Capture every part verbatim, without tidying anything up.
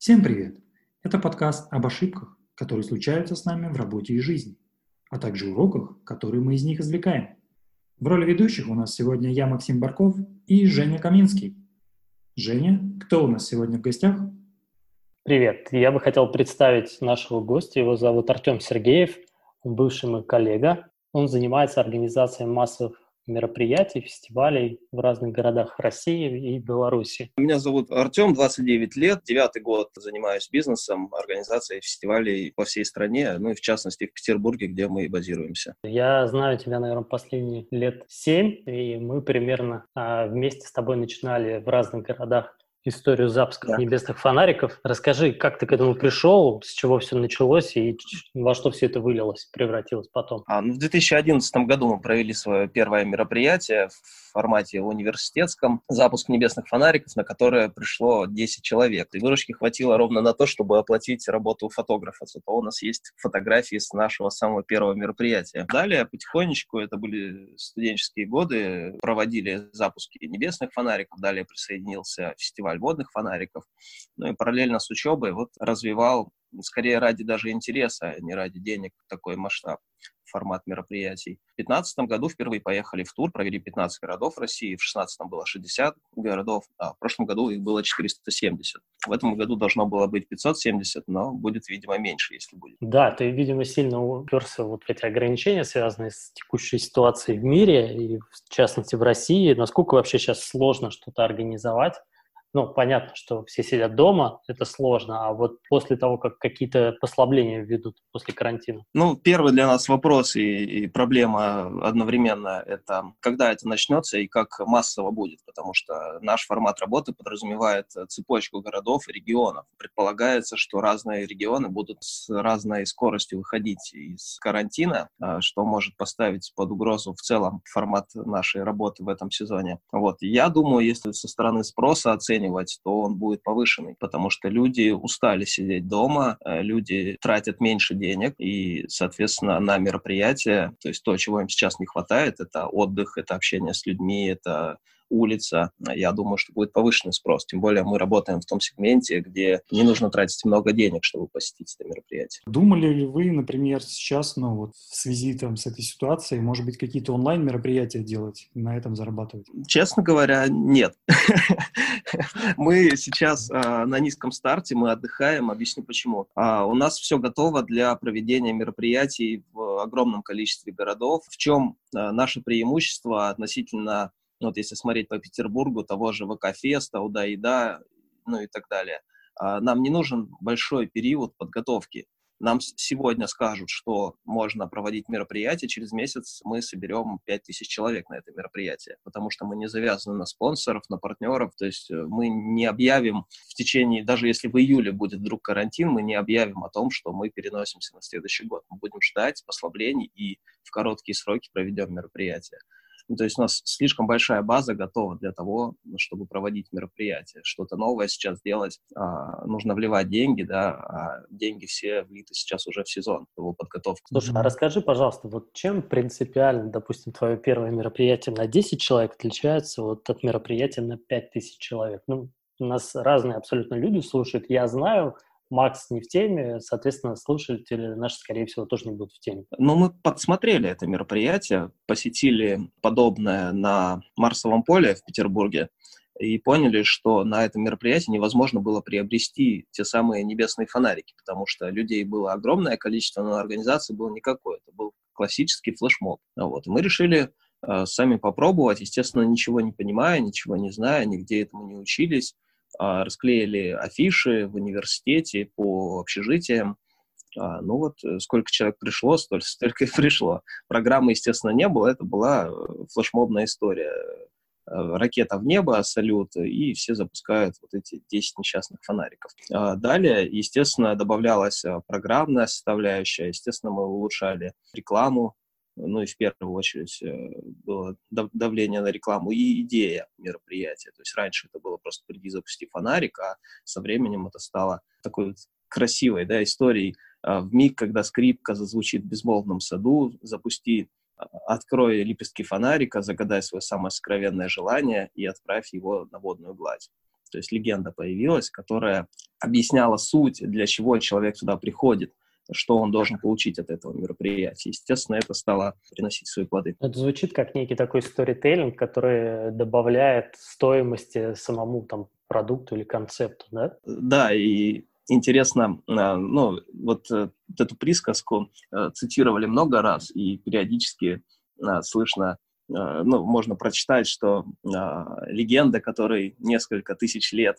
Всем привет! Это подкаст об ошибках, которые случаются с нами в работе и жизни, а также уроках, которые мы из них извлекаем. В роли ведущих у нас сегодня я, Максим Барков, и Женя Каминский. Женя, кто у нас сегодня в гостях? Привет! Я бы хотел представить нашего гостя. Его зовут Артем Сергеев. Он бывший мой коллега. Он занимается организацией массовых мероприятий, фестивалей в разных городах России и Беларуси. Меня зовут Артем, двадцать девять лет, девятый год занимаюсь бизнесом, организацией фестивалей по всей стране, ну и в частности в Петербурге, где мы и базируемся. Я знаю тебя, наверное, последние лет семь, и мы примерно а, вместе с тобой начинали в разных городах историю запуска Да. небесных фонариков. Расскажи, как ты к этому пришел, с чего все началось и во что все это вылилось, превратилось потом? А, ну, в две тысячи одиннадцатом году мы провели свое первое мероприятие в формате университетском, запуск небесных фонариков, на которое пришло десять человек. И выручки хватило ровно на то, чтобы оплатить работу фотографа. Зато у нас есть фотографии с нашего самого первого мероприятия. Далее потихонечку, это были студенческие годы, проводили запуски небесных фонариков, далее присоединился фестиваль водных фонариков. Ну и параллельно с учебой вот развивал, скорее ради даже интереса, а не ради денег, такой масштаб, формат мероприятий. В две тысячи пятнадцатом году впервые поехали в тур, провели пятнадцать городов России, в две тысячи шестнадцатом было шестьдесят городов, а в прошлом году их было четыреста семьдесят. В этом году должно было быть пятьсот семьдесят, но будет, видимо, меньше, если будет. Да, ты, видимо, сильно уперся вот в эти ограничения, связанные с текущей ситуацией в мире, и в частности в России. Насколько вообще сейчас сложно что-то организовать? Ну, понятно, что все сидят дома, это сложно, а вот после того, как какие-то послабления введут после карантина? Ну, первый для нас вопрос и, и проблема одновременно – это когда это начнется и как массово будет, потому что наш формат работы подразумевает цепочку городов и регионов. Предполагается, что разные регионы будут с разной скоростью выходить из карантина, что может поставить под угрозу в целом формат нашей работы в этом сезоне. Вот. Я думаю, если со стороны спроса оценивать, то он будет повышенный, потому что люди устали сидеть дома, люди тратят меньше денег, и, соответственно, на мероприятия, то есть то, чего им сейчас не хватает, это отдых, это общение с людьми, это улица. Я думаю, что будет повышенный спрос. Тем более мы работаем в том сегменте, где не нужно тратить много денег, чтобы посетить это мероприятие. Думали ли вы, например, сейчас, ну вот в связи там с этой ситуацией, может быть, какие-то онлайн-мероприятия делать, на этом зарабатывать? Честно говоря, нет. Мы сейчас а, на низком старте, мы отдыхаем, объясню почему. А, у нас все готово для проведения мероприятий в огромном количестве городов. В чем а, наше преимущество относительно, ну, вот если смотреть по Петербургу, того же ВК-феста, УДА-ИДА, ну и так далее. А, нам не нужен большой период подготовки. Нам сегодня скажут, что можно проводить мероприятие, через месяц мы соберем пять тысяч человек на это мероприятие, потому что мы не завязаны на спонсоров, на партнеров, то есть мы не объявим в течение, даже если в июле будет вдруг карантин, мы не объявим о том, что мы переносимся на следующий год. Мы будем ждать послаблений и в короткие сроки проведем мероприятие. Ну, то есть у нас слишком большая база готова для того, чтобы проводить мероприятия. Что-то новое сейчас делать, а, нужно вливать деньги, да, а деньги все влиты сейчас уже в сезон, в его подготовку. Слушай, а расскажи, пожалуйста, вот чем принципиально, допустим, твое первое мероприятие на десять человек отличается вот от мероприятия на пять тысяч человек? Ну, у нас разные абсолютно люди слушают, я знаю, Макс не в теме, соответственно, слушатели наши, скорее всего, тоже не будут в теме. Ну, мы подсмотрели это мероприятие, посетили подобное на Марсовом поле в Петербурге и поняли, что на этом мероприятии невозможно было приобрести те самые небесные фонарики, потому что людей было огромное количество, но организации было никакой. Это был классический флешмоб. Вот. И мы решили э, сами попробовать, естественно, ничего не понимая, ничего не зная, нигде этому не учились. Расклеили афиши в университете по общежитиям. А, ну вот, сколько человек пришло, столько, столько и пришло. Программы, естественно, не было, это была флешмобная история. Ракета в небо, салют, и все запускают вот эти десять несчастных фонариков. А далее, естественно, добавлялась программная составляющая, естественно, мы улучшали рекламу, ну и в первую очередь было давление на рекламу и идея мероприятия. То есть раньше это было просто «приди, запусти фонарик», а со временем это стало такой вот красивой, да, историей. В миг, когда скрипка зазвучит в безмолвном саду, запусти, открой лепестки фонарика, загадай свое самое сокровенное желание и отправь его на водную гладь. То есть легенда появилась, которая объясняла суть, для чего человек туда приходит, что он должен получить от этого мероприятия. Естественно, это стало приносить свои плоды. Это звучит как некий такой сторителлинг, который добавляет стоимости самому там продукту или концепту, да? Да, и интересно, ну, вот эту присказку цитировали много раз, и периодически слышно, ну, можно прочитать, что легенда, которой несколько тысяч лет.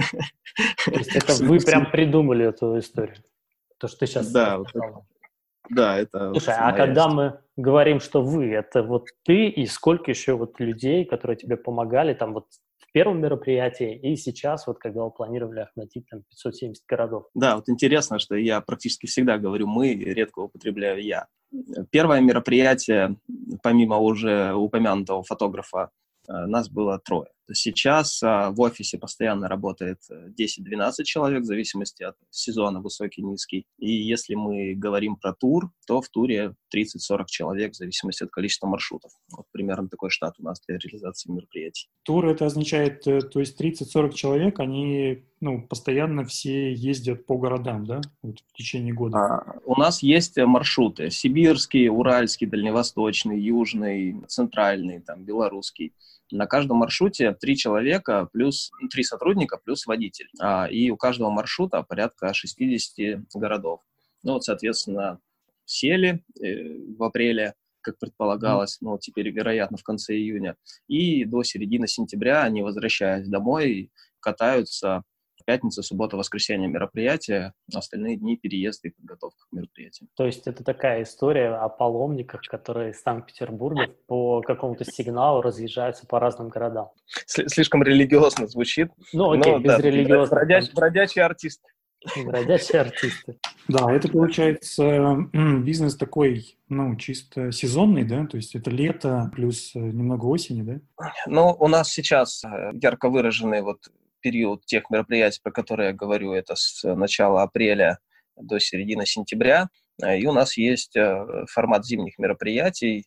То есть это вы прям придумали эту историю? То, что ты сейчас да, сказал. Да, это... Слушай, а когда история. Мы говорим, что вы, это вот ты и сколько еще вот людей, которые тебе помогали там вот в первом мероприятии и сейчас, вот когда вы планировали охватить там пятьсот семьдесят городов? Да, вот интересно, что я практически всегда говорю «мы», редко употребляю «я». Первое мероприятие, помимо уже упомянутого фотографа, нас было трое. Сейчас в офисе постоянно работает десять-двенадцать человек, в зависимости от сезона, высокий, низкий. И если мы говорим про тур, то в туре тридцать-сорок человек, в зависимости от количества маршрутов. Вот примерно такой штат у нас для реализации мероприятий. Тур это означает, то есть тридцать-сорок человек, они ну, постоянно все ездят по городам, да, вот в течение года? А, у нас есть маршруты: сибирский, уральский, дальневосточный, южный, центральный, там, белорусский. На каждом маршруте три человека плюс три сотрудника плюс водитель. А, и у каждого маршрута порядка шестьдесят городов. Ну вот, соответственно, сели э, в апреле, как предполагалось, mm. ну, теперь, вероятно, в конце июня. И до середины сентября они, возвращаясь домой, катаются пятница, суббота, воскресенье мероприятия, остальные дни переезд и подготовка к мероприятиям. То есть это такая история о паломниках, которые из Санкт-Петербурга по какому-то сигналу разъезжаются по разным городам. Слишком религиозно звучит. Ну окей, но, без да, религиозных. Бродячие, бродячие артисты. Бродячие артисты. Да, это получается бизнес такой, ну, чисто сезонный, да? То есть это лето плюс немного осени, да? Ну, у нас сейчас ярко выраженный вот период тех мероприятий, про которые я говорю, это с начала апреля до середины сентября. И у нас есть формат зимних мероприятий.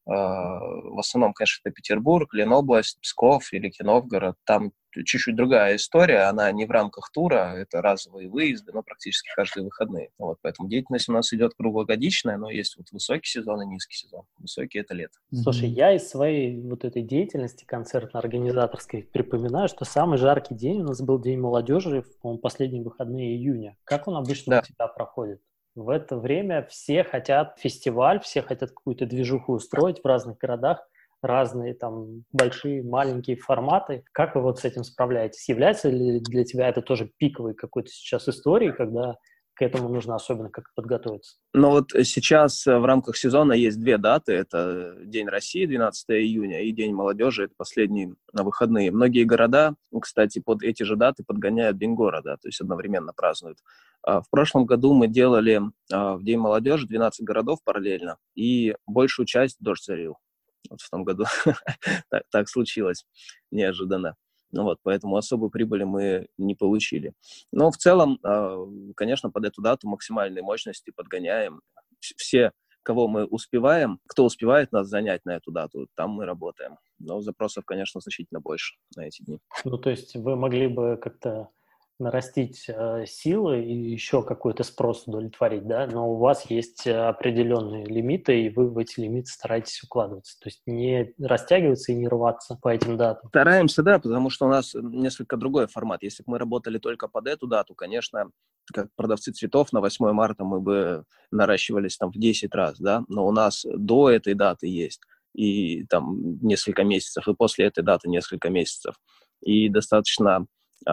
В основном, конечно, это Петербург, Ленобласть, Псков, Великий Новгород. Там чуть-чуть другая история, она не в рамках тура, это разовые выезды, но практически каждые выходные. Вот, поэтому деятельность у нас идет круглогодичная, но есть вот высокий сезон и низкий сезон. Высокий — это лето. Слушай, я из своей вот этой деятельности концертно-организаторской припоминаю, что самый жаркий день у нас был День молодежи, по-моему, последние выходные июня. Как он обычно да. у тебя проходит? В это время все хотят фестиваль, все хотят какую-то движуху устроить в разных городах, разные там большие, маленькие форматы. Как вы вот с этим справляетесь? Является ли для тебя это тоже пиковой какой-то сейчас историей, когда к этому нужно особенно как подготовиться? Ну вот сейчас в рамках сезона есть две даты. Это День России, двенадцатого июня, и День молодежи, это последние на выходные. Многие города, кстати, под эти же даты подгоняют День города, то есть одновременно празднуют. В прошлом году мы делали в День молодежи двенадцать городов параллельно, и большую часть дождь зарил. Вот в том году так, так случилось неожиданно. Ну вот, поэтому особой прибыли мы не получили. Но в целом, конечно, под эту дату максимальные мощности подгоняем. Все, кого мы успеваем, кто успевает нас занять на эту дату, там мы работаем. Но запросов, конечно, значительно больше на эти дни. Ну, то есть вы могли бы как-то нарастить э, силы и еще какой-то спрос удовлетворить, да, но у вас есть определенные лимиты, и вы в эти лимиты стараетесь укладываться, то есть не растягиваться и не рваться по этим датам. Стараемся, да, потому что у нас несколько другой формат. Если бы мы работали только под эту дату, конечно, как продавцы цветов на восьмое марта мы бы наращивались там в десять раз, да, но у нас до этой даты есть и там несколько месяцев, и после этой даты несколько месяцев, и достаточно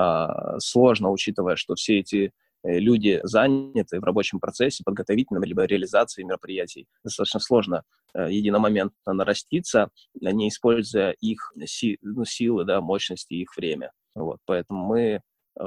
сложно, учитывая, что все эти люди заняты в рабочем процессе, подготовительном, либо реализации мероприятий. Достаточно сложно единомоментно нараститься, не используя их си, ну, силы, да, мощности, их время. Вот, поэтому мы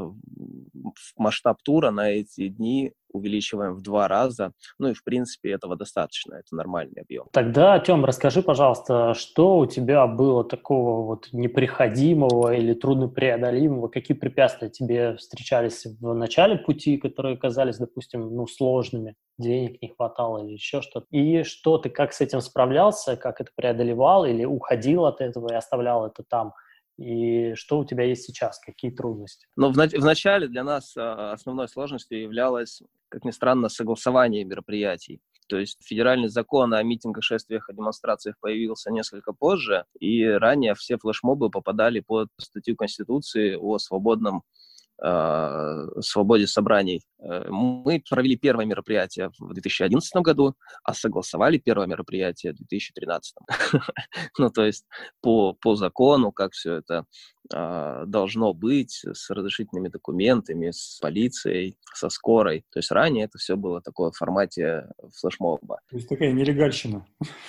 масштаб тура на эти дни увеличиваем в два раза. Ну и, в принципе, этого достаточно. Это нормальный объем. Тогда, Тём, расскажи, пожалуйста, что у тебя было такого вот непреходимого или труднопреодолимого? Какие препятствия тебе встречались в начале пути, которые казались, допустим, ну, сложными? Денег не хватало или еще что-то? И что ты, как с этим справлялся? Как это преодолевал? Или уходил от этого и оставлял это там? И что у тебя есть сейчас? Какие трудности? Но в, в начале для нас а, основной сложностью являлось, как ни странно, согласование мероприятий. То есть федеральный закон о митингах, шествиях и демонстрациях появился несколько позже, и ранее все флешмобы попадали под статью Конституции о свободном свободе собраний. Мы провели первое мероприятие в две тысячи одиннадцатом году, а согласовали первое мероприятие в две тысячи тринадцатом. Ну, то есть по, по закону, как все это э, должно быть, с разрешительными документами, с полицией, со скорой. То есть ранее это все было такое в формате флешмоба. То есть такая нелегальщина.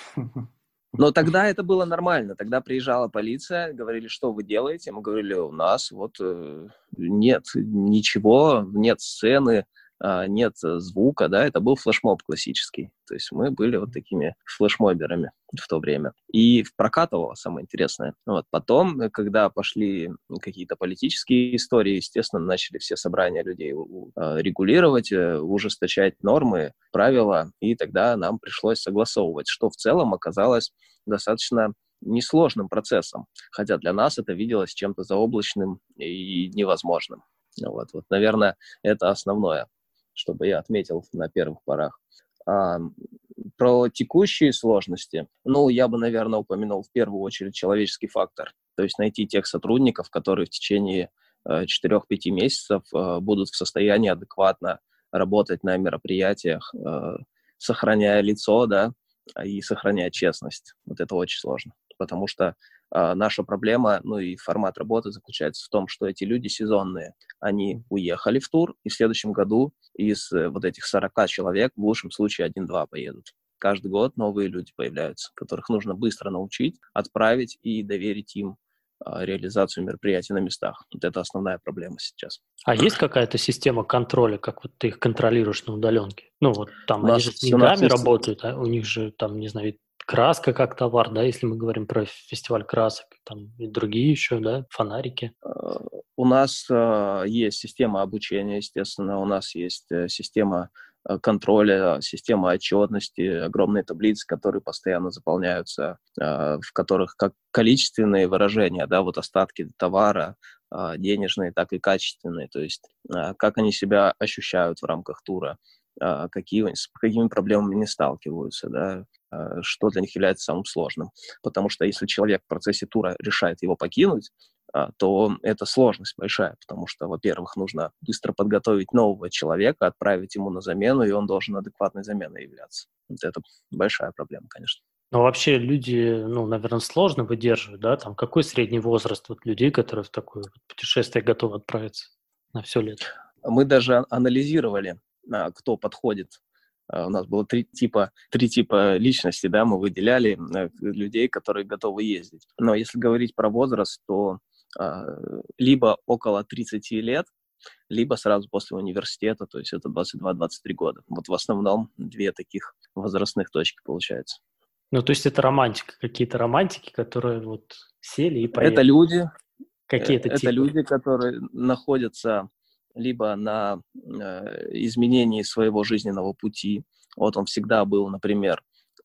Но тогда это было нормально. Тогда приезжала полиция, говорили, что вы делаете? Мы говорили, у нас вот э, нет ничего, нет сцены, э, нет звука, да, это был флешмоб классический. То есть мы были вот такими флешмоберами в то время. И прокатывало, самое интересное. Вот. Потом, когда пошли какие-то политические истории, естественно, начали все собрания людей э, регулировать, э, ужесточать нормы, правила, и тогда нам пришлось согласовывать, что в целом оказалось достаточно несложным процессом, хотя для нас это виделось чем-то заоблачным и невозможным. Вот, вот, наверное, это основное, что бы я отметил на первых порах. А, про текущие сложности, ну, я бы, наверное, упомянул в первую очередь человеческий фактор, то есть найти тех сотрудников, которые в течение э, четырех-пяти месяцев э, будут в состоянии адекватно работать на мероприятиях, э, сохраняя лицо, да, и сохраняя честность. Вот это очень сложно, потому что э, наша проблема, ну и формат работы заключается в том, что эти люди сезонные. Они уехали в тур, и в следующем году из э, вот этих сорока человек в лучшем случае один-два поедут. Каждый год новые люди появляются, которых нужно быстро научить, отправить и доверить им э, реализацию мероприятий на местах. Вот это основная проблема сейчас. А есть какая-то система контроля, как вот ты их контролируешь на удаленке? Ну вот там У они нас же с все- у нас деньгами есть- работают, а у них же там, не знаю, краска как товар, да, если мы говорим про фестиваль красок, там и другие еще, да, фонарики. Э, У нас э, есть система обучения, естественно, у нас есть э, система э, контроля, система отчетности, огромные таблицы, которые постоянно заполняются, э, в которых как количественные выражения, да, вот остатки товара, э, денежные, так и качественные, то есть э, как они себя ощущают в рамках тура, э, какие, с какими проблемами они сталкиваются, да, э, что для них является самым сложным. Потому что если человек в процессе тура решает его покинуть, то это сложность большая, потому что, во-первых, нужно быстро подготовить нового человека, отправить ему на замену, и он должен адекватной заменой являться. Вот это большая проблема, конечно. Но вообще люди, ну, наверное, сложно выдерживают, да, там какой средний возраст вот людей, которые в такое вот путешествие готовы отправиться на все лето? Мы даже анализировали, кто подходит. У нас было три типа, три типа личности, да, мы выделяли людей, которые готовы ездить. Но если говорить про возраст, то либо около тридцати лет, либо сразу после университета, то есть это двадцать два - двадцать три года. Вот в основном две таких возрастных точки получается. Ну, то есть это романтика, какие-то романтики, которые вот сели и поехали. Это люди, Какие-то это типы? люди, которые находятся либо на э, изменении своего жизненного пути. Вот он всегда был, например,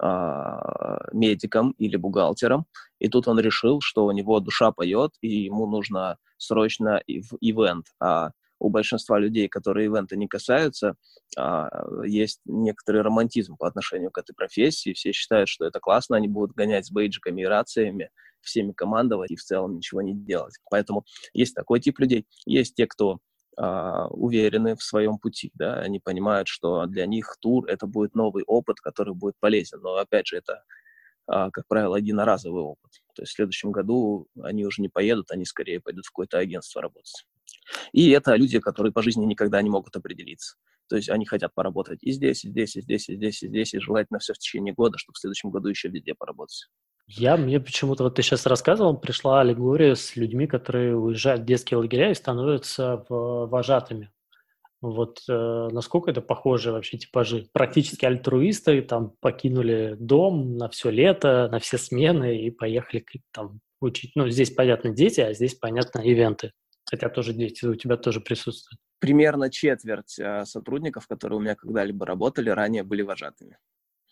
медиком или бухгалтером, и тут он решил, что у него душа поет, и ему нужно срочно в ивент. А у большинства людей, которые ивента не касаются, есть некоторый романтизм по отношению к этой профессии. Все считают, что это классно, они будут гонять с бейджиками и рациями, всеми командовать и в целом ничего не делать. Поэтому есть такой тип людей. Есть те, кто уверены в своем пути, да, они понимают, что для них тур — это будет новый опыт, который будет полезен, но, опять же, это, как правило, единоразовый опыт, то есть в следующем году они уже не поедут, они скорее пойдут в какое-то агентство работать. И это люди, которые по жизни никогда не могут определиться, то есть они хотят поработать и здесь, и здесь, и здесь, и здесь, и здесь, и желательно все в течение года, чтобы в следующем году еще везде поработать. Я, мне почему-то, вот ты сейчас рассказывал, пришла аллегория с людьми, которые уезжают в детские лагеря и становятся вожатыми. Вот э, насколько это похожи вообще типажи? Практически альтруисты там покинули дом на все лето, на все смены и поехали там учить. Ну, здесь, понятно, дети, а здесь, понятно, ивенты. Хотя тоже дети у тебя тоже присутствуют. Примерно четверть э, сотрудников, которые у меня когда-либо работали, ранее были вожатыми.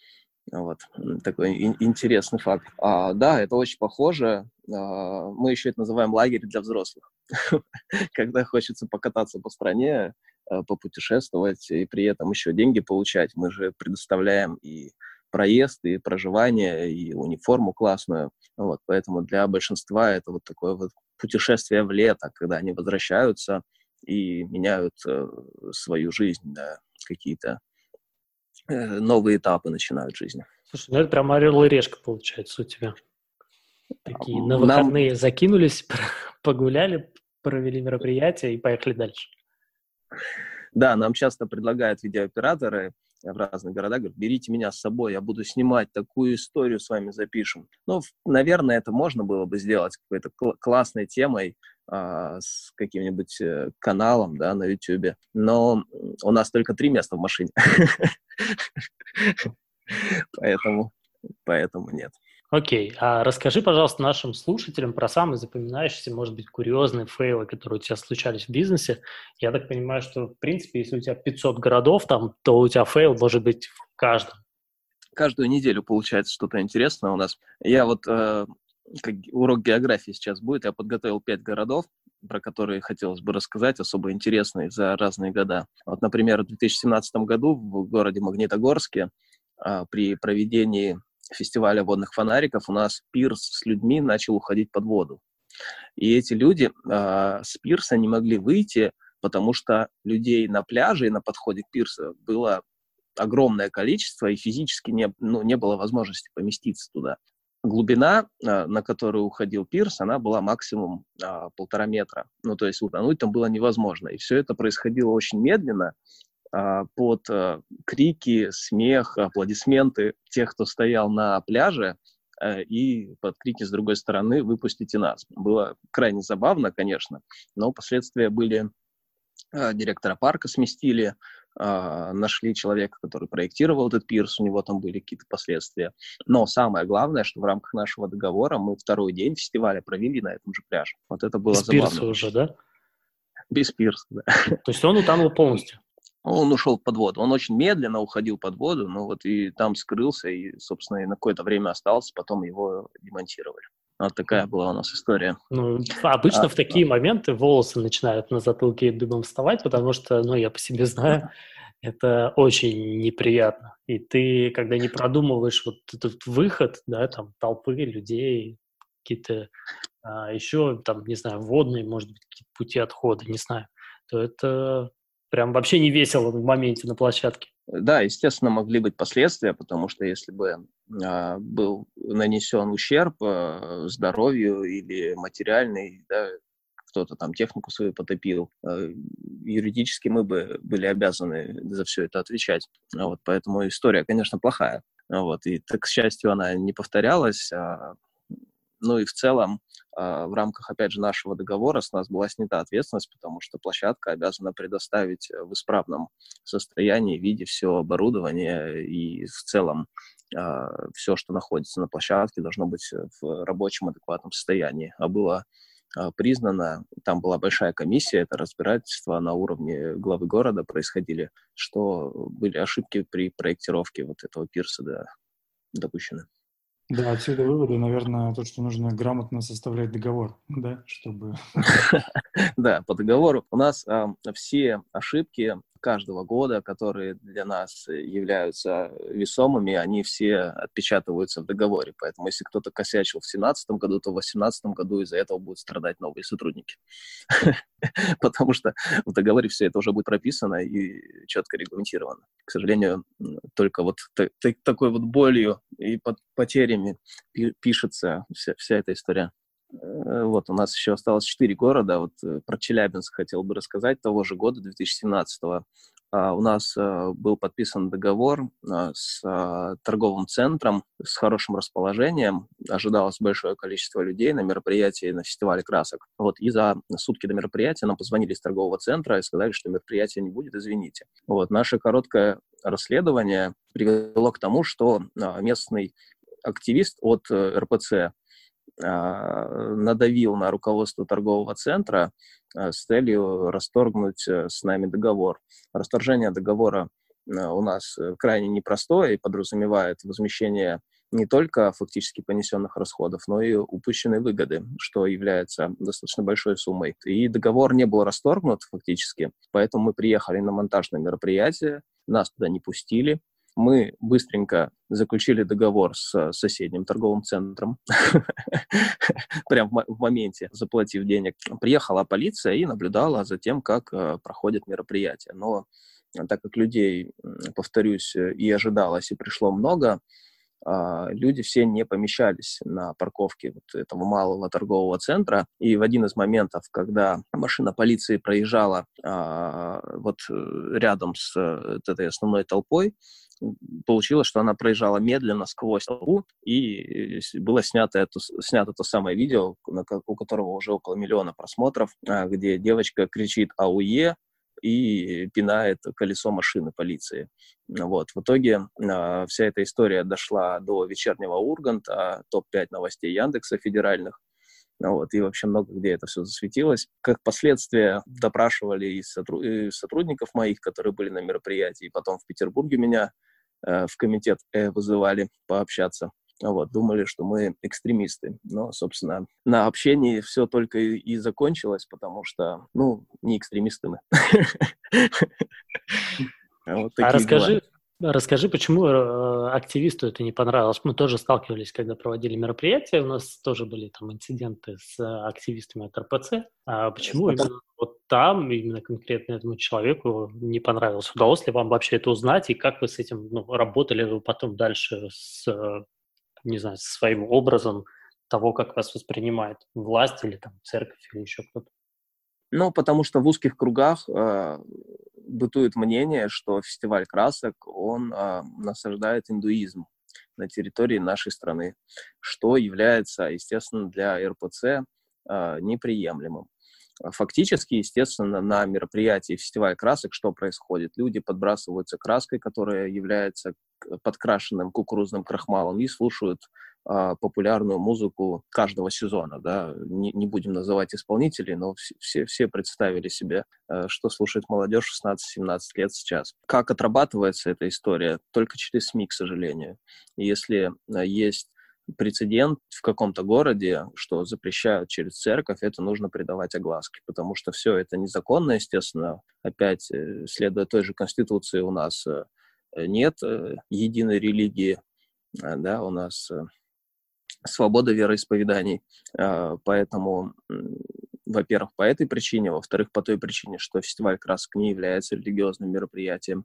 Вот, такой ин- интересный факт. А, да, это очень похоже. А, мы еще это называем лагерь для взрослых. Когда хочется покататься по стране, а, попутешествовать и при этом еще деньги получать. Мы же предоставляем и проезд, и проживание, и униформу классную. Вот, поэтому для большинства это вот такое вот путешествие в лето, когда они возвращаются и меняют э, свою жизнь, да, какие-то э, новые этапы начинают в жизни. Слушай, ну это прям орел и решка получается у тебя. Такие на Нам, выходные закинулись, погуляли, провели мероприятие и поехали дальше. да, нам часто предлагают видеооператоры в разных городах, говорят, берите меня с собой, я буду снимать, такую историю с вами запишем. Ну, наверное, это можно было бы сделать какой-то кл- классной темой, а, с каким-нибудь э, каналом, да, на YouTube, но у нас только три места в машине, поэтому, поэтому нет. Окей, а расскажи, пожалуйста, нашим слушателям про самые запоминающиеся, может быть, курьезные фейлы, которые у тебя случались в бизнесе. Я так понимаю, что, в принципе, если у тебя пятьсот городов там, то у тебя фейл может быть в каждом. Каждую неделю получается что-то интересное у нас. Я вот, э, как урок географии сейчас будет, я подготовил пять городов, про которые хотелось бы рассказать, особо интересные за разные года. Вот, например, в две тысячи семнадцатом году в городе Магнитогорске э, при проведении фестиваля водных фонариков у нас пирс с людьми начал уходить под воду. И эти люди э, с пирса не могли выйти, потому что людей на пляже и на подходе к пирсу было огромное количество, и физически не, ну, не было возможности поместиться туда. Глубина, э, на которую уходил пирс, она была максимум э, полтора метра. Ну, то есть утонуть там было невозможно. И все это происходило очень медленно, под крики, смех, аплодисменты тех, кто стоял на пляже, и под крики с другой стороны «выпустите нас». Было крайне забавно, конечно, но последствия были: директора парка сместили, нашли человека, который проектировал этот пирс, у него там были какие-то последствия. Но самое главное, что в рамках нашего договора мы второй день фестиваля провели на этом же пляже. Вот это было Без забавно. пирса уже, да? Без пирса, да. То есть он утонул полностью? Он ушел под воду. Он очень медленно уходил под воду, но вот и там скрылся, и, собственно, и на какое-то время остался, потом его демонтировали. Вот такая была у нас история. Ну, обычно А, в такие моменты волосы начинают на затылке дыбом вставать, потому что, ну, я по себе знаю, это очень неприятно. И ты, когда не продумываешь вот этот выход, да, там, толпы людей, какие-то а, еще, там, не знаю, водные, может быть, какие-то пути отхода, не знаю, то это прям вообще не весело в моменте на площадке. Да, естественно, могли быть последствия, потому что если бы а, был нанесен ущерб а, здоровью или материальный, да, кто-то там технику свою потопил, а, юридически мы бы были обязаны за все это отвечать. А вот, поэтому история, конечно, плохая. А вот, и, так, к счастью, она не повторялась. А, ну и в целом в рамках, опять же, нашего договора с нас была снята ответственность, потому что площадка обязана предоставить в исправном состоянии, виде все оборудование, и в целом все, что находится на площадке, должно быть в рабочем адекватном состоянии. А было признано, там была большая комиссия, это разбирательство на уровне главы города происходили, что были ошибки при проектировке вот этого пирса, да, допущены. Да, отсюда выводы, наверное, то, что нужно грамотно составлять договор, да, чтобы... Да, по договору. У нас все ошибки каждого года, которые для нас являются весомыми, они все отпечатываются в договоре. Поэтому если кто-то косячил в две тысячи семнадцатом году, то в две тысячи восемнадцатом году из-за этого будут страдать новые сотрудники. Потому что в договоре все это уже будет прописано и четко регламентировано. К сожалению, только вот такой вот болью и потерями пишется вся, вся эта история. Вот, у нас еще осталось четыре города. Вот про Челябинск хотел бы рассказать того же года, две тысячи семнадцатого. У нас был подписан договор с торговым центром с хорошим расположением. Ожидалось большое количество людей на мероприятии, на фестивале красок. Вот, и за сутки до мероприятия нам позвонили из торгового центра и сказали, что мероприятия не будет, извините. Вот, наше короткое расследование привело к тому, что местный активист от эр пэ цэ надавил на руководство торгового центра с целью расторгнуть с нами договор. Расторжение договора у нас крайне непростое и подразумевает возмещение не только фактически понесенных расходов, но и упущенной выгоды, что является достаточно большой суммой. И договор не был расторгнут фактически, поэтому мы приехали на монтажное мероприятие, нас туда не пустили. Мы быстренько заключили договор с соседним торговым центром, прям в моменте, заплатив денег. Приехала полиция и наблюдала за тем, как проходит мероприятие. Но так как людей, повторюсь, и ожидалось, и пришло много, люди все не помещались на парковке вот этого малого торгового центра. И в один из моментов, когда машина полиции проезжала а, вот рядом с этой основной толпой, получилось, что она проезжала медленно сквозь толпу, и было снято это, снято то самое видео, у которого уже около миллиона просмотров, где девочка кричит «Ауе!» и пинает колесо машины полиции. Вот. В итоге э, вся эта история дошла до вечернего Урганта, топ пять новостей Яндекса федеральных. Вот. И вообще много где это все засветилось. Как последствие допрашивали и, сотру- и сотрудников моих, которые были на мероприятии, и потом в Петербурге меня э, в комитет э, вызывали пообщаться. Вот, думали, что мы экстремисты. Но, собственно, на общении все только и, и закончилось, потому что, ну, не экстремисты мы. А расскажи, расскажи, почему активисту это не понравилось. Мы тоже сталкивались, когда проводили мероприятия, у нас тоже были там инциденты с активистами от эр пэ цэ. А почему именно вот там, именно конкретно этому человеку не понравилось? Удалось ли вам вообще это узнать, и как вы с этим ну, работали вы потом дальше с... не знаю, своим образом того, как вас воспринимает власть или там церковь или еще кто-то? Ну, потому что в узких кругах э, бытует мнение, что фестиваль красок, он э, насаждает индуизм на территории нашей страны, что является, естественно, для эр пэ цэ э, неприемлемым. Фактически, естественно, на мероприятии фестиваль красок что происходит? Люди подбрасываются краской, которая является подкрашенным кукурузным крахмалом, и слушают а, популярную музыку каждого сезона. Да? Не, не будем называть исполнителей, но все, все представили себе, а, что слушает молодежь шестнадцать-семнадцать лет сейчас. Как отрабатывается эта история? Только через СМИ, к сожалению. Если а, есть прецедент в каком-то городе, что запрещают через церковь, это нужно придавать огласке, потому что все это незаконно, естественно. Опять, следуя той же Конституции, у нас нет единой религии, да, у нас свобода вероисповеданий, поэтому, во-первых, по этой причине, во-вторых, по той причине, что фестиваль красок не является религиозным мероприятием,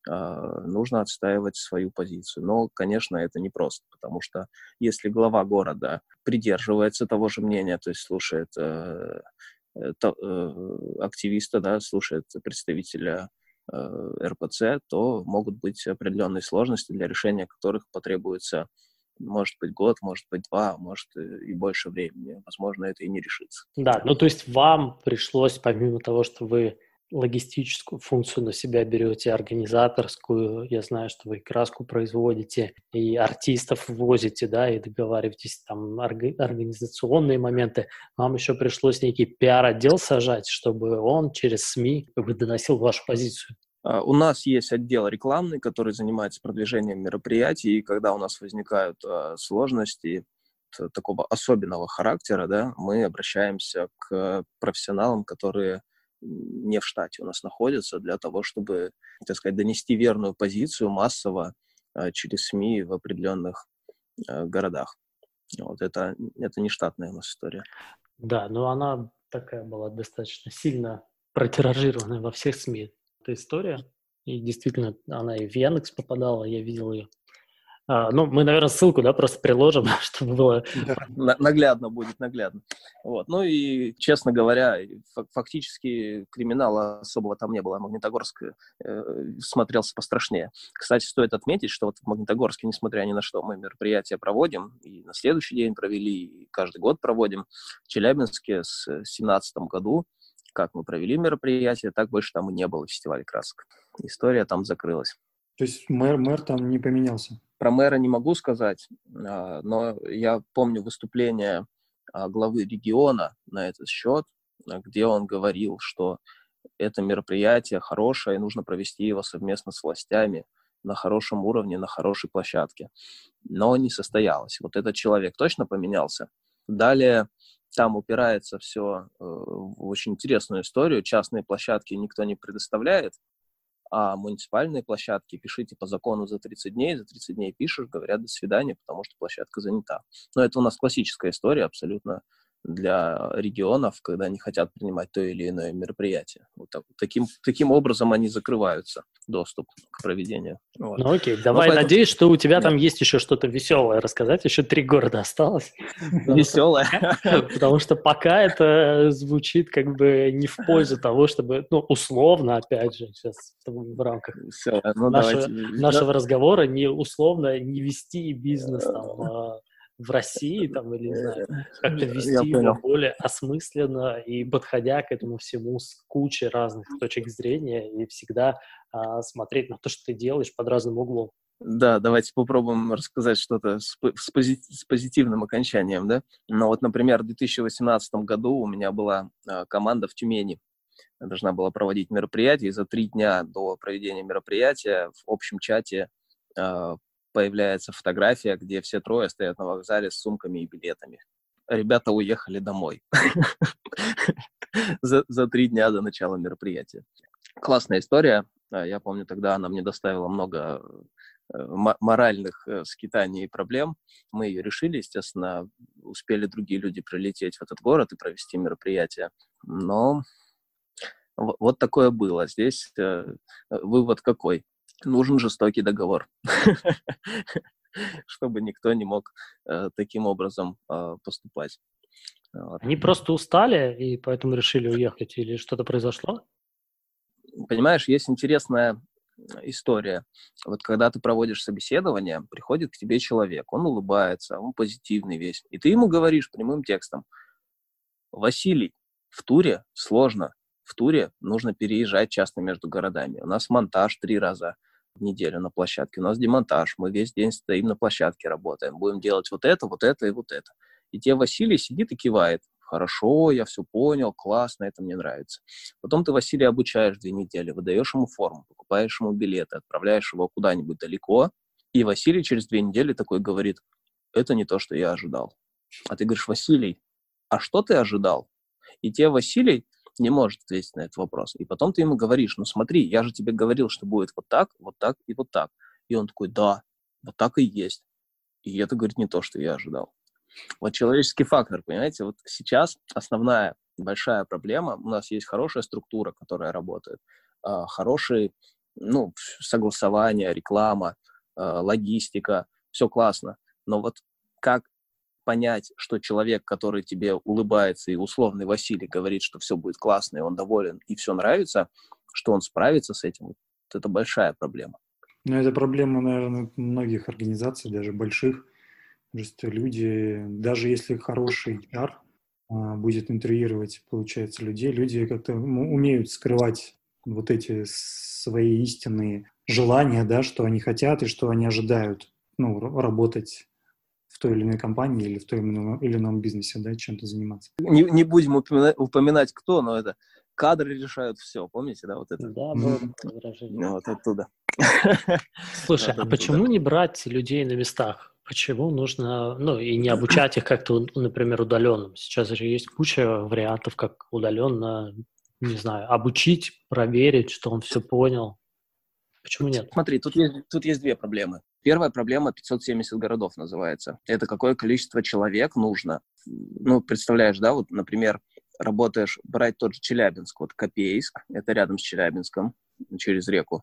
нужно отстаивать свою позицию. Но, конечно, это непросто, потому что если глава города придерживается того же мнения, то есть слушает э, то, э, активиста, да, слушает представителя э, эр пэ цэ, то могут быть определенные сложности, для решения которых потребуется, может быть, год, может быть, два, может и больше времени. Возможно, это и не решится. Да, ну то есть вам пришлось, помимо того, что вы логистическую функцию на себя берете, организаторскую, я знаю, что вы и краску производите, и артистов ввозите, да, и договариваетесь, там, орга- организационные моменты, вам еще пришлось некий пиар-отдел сажать, чтобы он через СМИ как бы доносил вашу позицию. У нас есть отдел рекламный, который занимается продвижением мероприятий, и когда у нас возникают uh, сложности такого особенного характера, да, мы обращаемся к профессионалам, которые не в штате у нас находятся, для того, чтобы, так сказать, донести верную позицию массово uh, через СМИ в определенных uh, городах. Вот это, это не штатная у нас история. Да, но она такая была достаточно сильно протиражированная во всех СМИ. Эта история, и действительно она и в Яндекс попадала, я видел ее. А, ну, мы, наверное, ссылку, да, просто приложим, чтобы было... Да, наглядно будет, наглядно. Вот. Ну и, честно говоря, фактически криминала особого там не было. Магнитогорск э, смотрелся пострашнее. Кстати, стоит отметить, что вот в Магнитогорске, несмотря ни на что, мы мероприятия проводим, и на следующий день провели, и каждый год проводим. В Челябинске с две тысячи семнадцатом году, как мы провели мероприятие, так больше там и не было фестиваля красок. История там закрылась. То есть мэр, мэр там не поменялся? Про мэра не могу сказать, но я помню выступление главы региона на этот счет, где он говорил, что это мероприятие хорошее, и нужно провести его совместно с властями на хорошем уровне, на хорошей площадке. Но не состоялось. Вот этот человек точно поменялся. Далее там упирается все э, в очень интересную историю. Частные площадки никто не предоставляет, а муниципальные площадки пишите по закону за тридцать дней, за тридцать дней пишешь, говорят до свидания, потому что площадка занята. Но это у нас классическая история абсолютно для регионов, когда они хотят принимать то или иное мероприятие. Вот так, таким, таким образом они закрываются доступ к проведению. Вот. Ну окей, давай, поэтому... надеюсь, что у тебя там есть еще что-то веселое рассказать, еще три города осталось. Веселое? Потому что пока это звучит как бы не в пользу того, чтобы, ну, условно, опять же, сейчас в рамках нашего разговора, не условно не вести бизнес там в России, там, или, не знаю, как-то вести его более осмысленно и подходя к этому всему с кучей разных точек зрения и всегда а, смотреть на то, что ты делаешь под разным углом. Да, давайте попробуем рассказать что-то с, с, пози- с позитивным окончанием, да. Ну вот, например, в две тысячи восемнадцатом году у меня была а, команда в Тюмени. Я должна была проводить мероприятие, и за три дня до проведения мероприятия в общем чате а, появляется фотография, где все трое стоят на вокзале с сумками и билетами. Ребята уехали домой за, за три дня до начала мероприятия. Классная история. Я помню, тогда она мне доставила много моральных скитаний и проблем. Мы ее решили, естественно, успели другие люди прилететь в этот город и провести мероприятие. Но вот такое было. Здесь вывод какой? Нужен жестокий договор, чтобы никто не мог э, таким образом э, поступать. Вот. Они просто устали и поэтому решили уехать, или что-то произошло? Понимаешь, есть интересная история. Вот когда ты проводишь собеседование, приходит к тебе человек, он улыбается, он позитивный весь, и ты ему говоришь прямым текстом: Василий, в туре сложно, в туре нужно переезжать часто между городами. У нас монтаж три раза в неделю на площадке, у нас демонтаж, мы весь день стоим на площадке, работаем, будем делать вот это, вот это и вот это. И тебе Василий сидит и кивает: хорошо, я все понял, классно, это мне нравится. Потом ты Василия обучаешь две недели, выдаешь ему форму, покупаешь ему билеты, отправляешь его куда-нибудь далеко, и Василий через две недели такой говорит: это не то, что я ожидал. А ты говоришь: Василий, а что ты ожидал? И тебе Василий не может ответить на этот вопрос. И потом ты ему говоришь: ну смотри, я же тебе говорил, что будет вот так, вот так и вот так. И он такой: да, вот так и есть. И это, говорит, не то, что я ожидал. Вот человеческий фактор, понимаете? Вот сейчас основная большая проблема. У нас есть хорошая структура, которая работает. Хорошие, ну, согласование, реклама, логистика. Все классно. Но вот как понять, что человек, который тебе улыбается, и условный Василий говорит, что все будет классно, и он доволен, и все нравится, что он справится с этим, вот это большая проблема. Ну, это проблема, наверное, многих организаций, даже больших. Просто люди, даже если хороший эйч ар а, будет интервьюировать, получается, людей, люди как-то умеют скрывать вот эти свои истинные желания, да, что они хотят и что они ожидают, ну, работать в той или иной компании или в том или ином бизнесе, да, чем-то заниматься. Не, не будем упоминать, упоминать кто, но это кадры решают все, помните, да, вот это? Да, было такое выражение. Вот оттуда. Слушай, а почему не брать людей на местах? Почему нужно, ну, и не обучать их как-то, например, удаленным? Сейчас же есть куча вариантов, как удаленно, не знаю, обучить, проверить, что он все понял. Почему нет? Смотри, тут есть, тут есть две проблемы. Первая проблема — пятьсот семьдесят городов называется. Это какое количество человек нужно. Ну, представляешь, да, вот, например, работаешь, брать тот же Челябинск, вот Копейск, это рядом с Челябинском, через реку.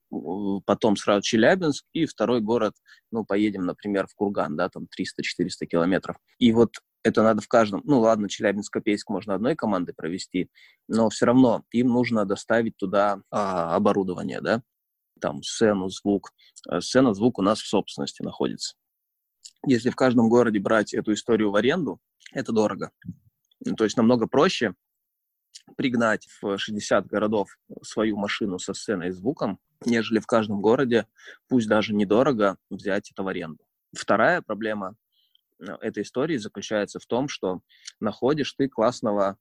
Потом сразу Челябинск, и второй город, ну, поедем, например, в Курган, да, там триста-четыреста километров. И вот это надо в каждом, ну, ладно, Челябинск-Копейск можно одной командой провести, но все равно им нужно доставить туда а, оборудование, да, там сцену, звук. Сцена, звук у нас в собственности находится. Если в каждом городе брать эту историю в аренду, это дорого. Ну, то есть намного проще пригнать в шестьдесят городов свою машину со сценой и звуком, нежели в каждом городе, пусть даже недорого, взять это в аренду. Вторая проблема этой истории заключается в том, что находишь ты классного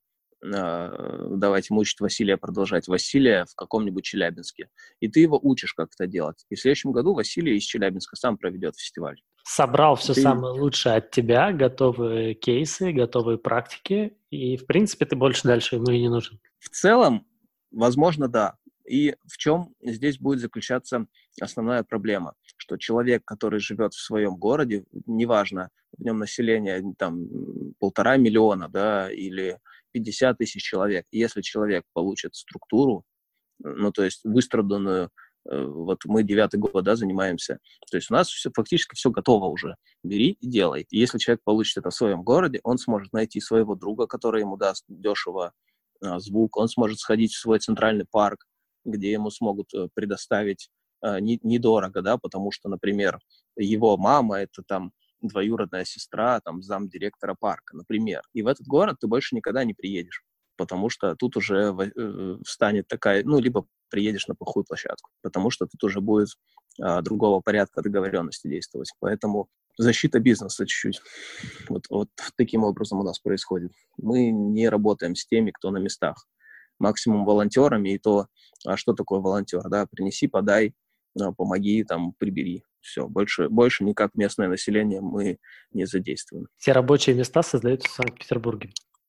э, давайте мучить Василия, продолжать Василия в каком-нибудь Челябинске. И ты его учишь, как это делать. И в следующем году Василий из Челябинска сам проведет фестиваль. Собрал все Ты... самое лучшее от тебя, готовые кейсы, готовые практики, и, в принципе, ты больше дальше ему и не нужен. В целом, возможно, да. И в чем здесь будет заключаться основная проблема? Что человек, который живет в своем городе, неважно, в нем население там полтора миллиона, да, или пятьдесят тысяч человек, если человек получит структуру, ну, то есть выстраданную, вот мы девятый год, да, занимаемся, то есть у нас все, фактически все готово уже. Бери и делай. И если человек получит это в своем городе, он сможет найти своего друга, который ему даст дешево а, звук, он сможет сходить в свой центральный парк, где ему смогут предоставить а, не, недорого, да, потому что, например, его мама — это там двоюродная сестра, там, замдиректора парка, например. И в этот город ты больше никогда не приедешь, потому что тут уже э, встанет такая, ну, либо приедешь на плохую площадку, потому что тут уже будет а, другого порядка договоренности действовать. Поэтому защита бизнеса чуть-чуть. Вот, вот таким образом у нас происходит. Мы не работаем с теми, кто на местах. Максимум волонтерами, и то, а что такое волонтер, да, принеси, подай, помоги, там, прибери. Все, больше, больше никак местное население мы не задействуем. Все рабочие места создаются в Санкт-Петербурге.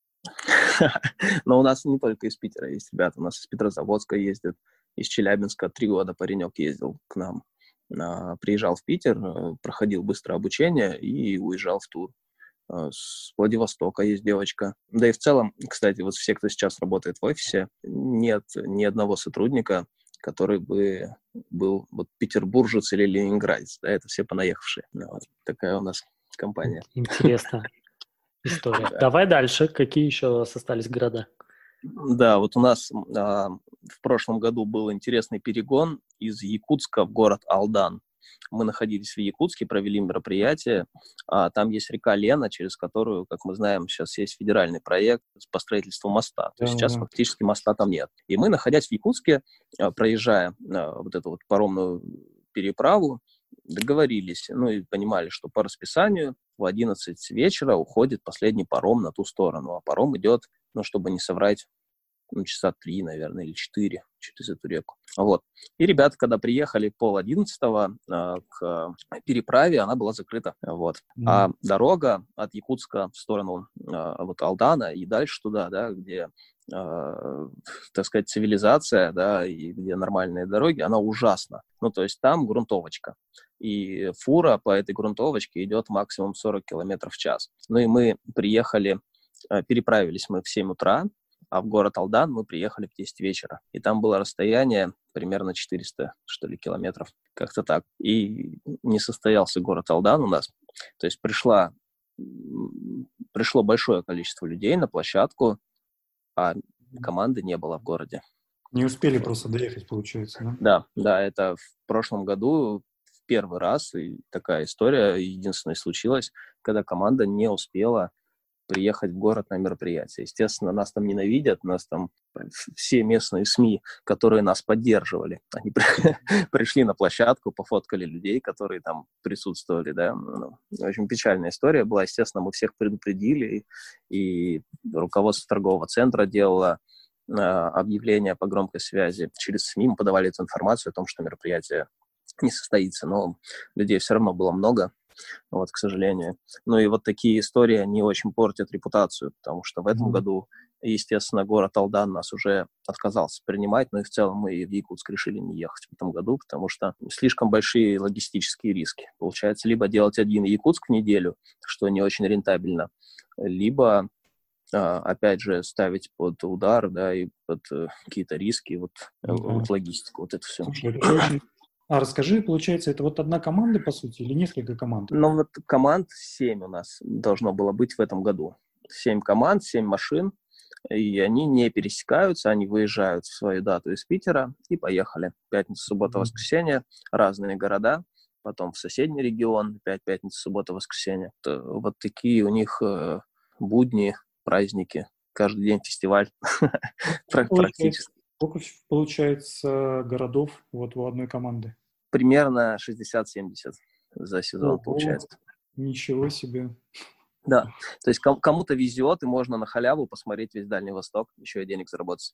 Но у нас не только из Питера есть ребята, у нас из Петрозаводска ездят, из Челябинска три года паренек ездил к нам, приезжал в Питер, проходил быстрое обучение и уезжал в тур. С Владивостока есть девочка. Да и в целом, кстати, вот все, кто сейчас работает в офисе, нет ни одного сотрудника, который бы был вот петербуржец или ленинградец. Да, это все понаехавшие. Вот такая у нас компания. Интересно. История. Да. Давай дальше. Какие еще у вас остались города? Да, вот у нас а, в прошлом году был интересный перегон из Якутска в город Алдан. Мы находились в Якутске, провели мероприятие. А, там есть река Лена, через которую, как мы знаем, сейчас есть федеральный проект по строительству моста. То есть сейчас фактически моста там нет. И мы, находясь в Якутске, а, проезжая а, вот эту вот паромную переправу, договорились, ну и понимали, что по расписанию в одиннадцать вечера уходит последний паром на ту сторону, а паром идет, ну, чтобы не соврать, ну, часа три, наверное, или четыре через эту реку. Вот. И ребята, когда приехали пол одиннадцатого э, к переправе, она была закрыта. Вот. Mm. А дорога от Якутска в сторону э, вот Алдана и дальше туда, да, где, э, так сказать, цивилизация, да, и где нормальные дороги, она ужасна. Ну, то есть там грунтовочка. И фура по этой грунтовочке идет максимум сорок километров в час. Ну и мы приехали, э, переправились мы в семь утра, а в город Алдан мы приехали в десять вечера. И там было расстояние примерно четыреста, что ли, километров. Как-то так. И не состоялся город Алдан у нас. То есть пришла, пришло большое количество людей на площадку, а команды не было в городе. Не успели просто доехать, получается, да? Да, да, это в прошлом году в первый раз, и такая история единственная случилась, когда команда не успела приехать в город на мероприятие. Естественно, нас там ненавидят, нас там все местные СМИ, которые нас поддерживали, они пришли на площадку, пофоткали людей, которые там присутствовали, да. Ну, очень печальная история была. Естественно, мы всех предупредили, и руководство торгового центра делало э, объявление по громкой связи через СМИ, мы подавали эту информацию о том, что мероприятие не состоится, но людей все равно было много. Вот, к сожалению. Ну и вот такие истории, они очень портят репутацию, потому что в этом mm-hmm. году, естественно, город Алдан нас уже отказался принимать, но и в целом мы в Якутск решили не ехать в этом году, потому что слишком большие логистические риски. Получается, либо делать один Якутск в неделю, что не очень рентабельно, либо, опять же, ставить под удар, да, и под какие-то риски, вот, mm-hmm. вот логистику, вот это все. Слушай, это очень... А расскажи, получается, это вот одна команда, по сути, или несколько команд? Ну, вот команд семь у нас должно было быть в этом году. Семь команд, семь машин, и они не пересекаются, они выезжают в свою дату из Питера и поехали. Пятница, суббота, воскресенье, разные города, потом в соседний регион, опять пятница, суббота, воскресенье. Вот такие у них будни, праздники, каждый день фестиваль практически. Сколько, получается, городов вот у одной команды? Примерно шестьдесят-семьдесят за сезон, Ого, получается. Ничего себе. Да, то есть ком- кому-то везет, и можно на халяву посмотреть весь Дальний Восток, еще и денег заработать.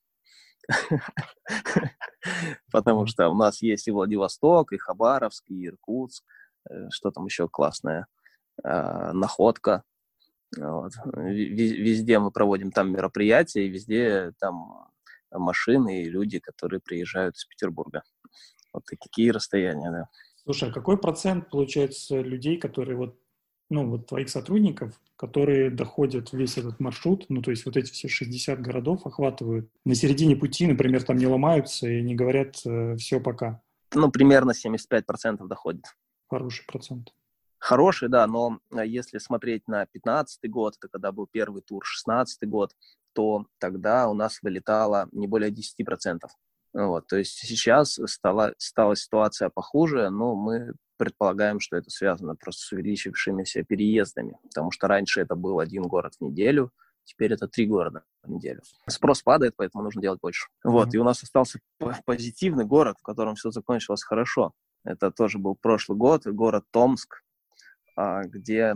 Потому что у нас есть и Владивосток, и Хабаровск, и Иркутск, что там еще классное, Находка. Вот. Везде мы проводим там мероприятия, и везде там машины и люди, которые приезжают из Петербурга. Вот такие расстояния, да. Слушай, а какой процент, получается, людей, которые вот, ну, вот твоих сотрудников, которые доходят весь этот маршрут, ну, то есть вот эти все шестьдесят городов охватывают, на середине пути, например, там не ломаются и не говорят э, «все, пока». Ну, примерно семьдесят пять процентов доходит. Хороший процент. Хороший, да, но если смотреть на пятнадцатый год, это когда был первый тур, шестнадцатый год, то тогда у нас вылетало не более десять процентов. Вот, то есть сейчас стала, стала ситуация похуже, но мы предполагаем, что это связано просто с увеличившимися переездами, потому что раньше это был один город в неделю, теперь это три города в неделю. Спрос падает, поэтому нужно делать больше. Вот, mm-hmm. И у нас остался позитивный город, в котором все закончилось хорошо. Это тоже был прошлый год, город Томск, где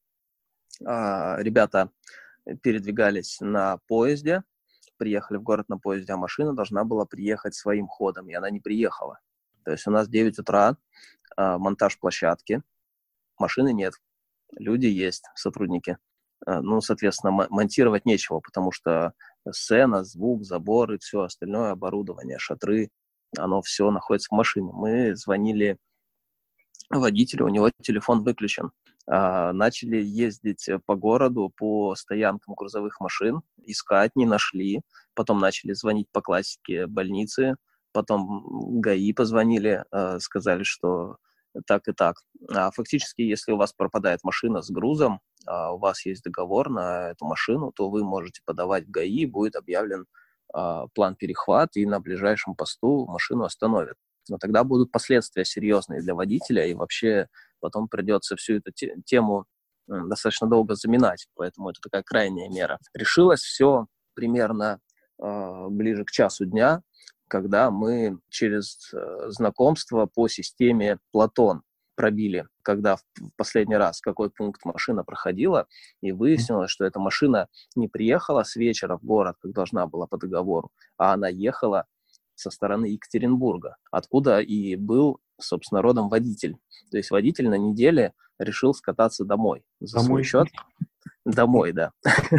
ребята передвигались на поезде, приехали в город на поезде, а машина должна была приехать своим ходом, и она не приехала. То есть у нас девять утра, монтаж площадки, машины нет, люди есть, сотрудники. Ну, соответственно, монтировать нечего, потому что сцена, звук, заборы, все остальное, оборудование, шатры, оно все находится в машине. Мы звонили водителю, у него телефон выключен. Начали ездить по городу, по стоянкам грузовых машин, искать, не нашли. Потом начали звонить по классике больницы, потом ГАИ позвонили, сказали, что так и так. А фактически, если у вас пропадает машина с грузом, у вас есть договор на эту машину, то вы можете подавать в ГАИ, будет объявлен план перехвата, и на ближайшем посту машину остановят. Но тогда будут последствия серьезные для водителя, и вообще потом придется всю эту те- тему достаточно долго заминать, поэтому это такая крайняя мера. Решилось все примерно э, ближе к часу дня, когда мы через э, знакомство по системе Платон пробили, когда в последний раз какой пункт машина проходила, и выяснилось, что эта машина не приехала с вечера в город, как должна была по договору, а она ехала со стороны Екатеринбурга, откуда и был, собственно, родом водитель. То есть водитель на неделе решил скататься домой за домой. свой счет. Домой, да.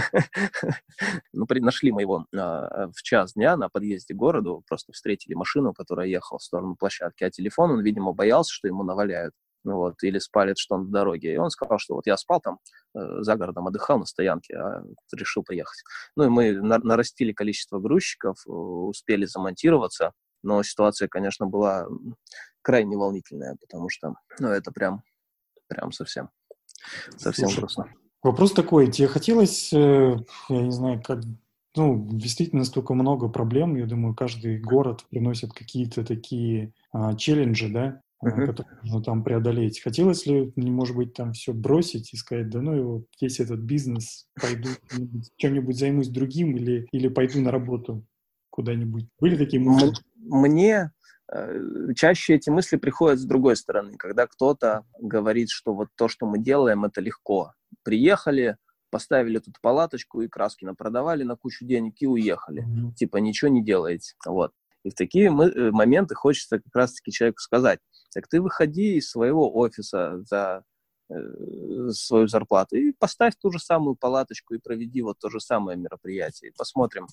Ну, нашли мы его в час дня на подъезде к городу, просто встретили машину, которая ехала в сторону площадки, а телефон он, видимо, боялся, что ему наваляют. Ну вот, или спалит, что он в дороге. И он сказал, что вот я спал там, э, за городом, отдыхал на стоянке, а решил приехать. Ну и мы на- нарастили количество грузчиков, э, успели замонтироваться, но ситуация, конечно, была крайне волнительная, потому что, ну, это прям, прям совсем, совсем Слушай, грустно. Вопрос такой, тебе хотелось, э, я не знаю, как, ну, действительно столько много проблем, я думаю, каждый город приносит какие-то такие а, челленджи, да, uh-huh. которые нужно там преодолеть. Хотелось ли, может быть, там все бросить и сказать, да ну его, весь этот бизнес, пойду чем-нибудь займусь другим или, или пойду на работу куда-нибудь? Были такие мысли? Мне э, чаще эти мысли приходят с другой стороны, когда кто-то говорит, что вот то, что мы делаем, это легко. Приехали, поставили тут палаточку и краски напродавали на кучу денег и уехали. Mm-hmm. Типа ничего не делаете. Вот. И в такие мы, моменты хочется как раз-таки человеку сказать, так ты выходи из своего офиса за э, свою зарплату и поставь ту же самую палаточку и проведи вот то же самое мероприятие. И посмотрим,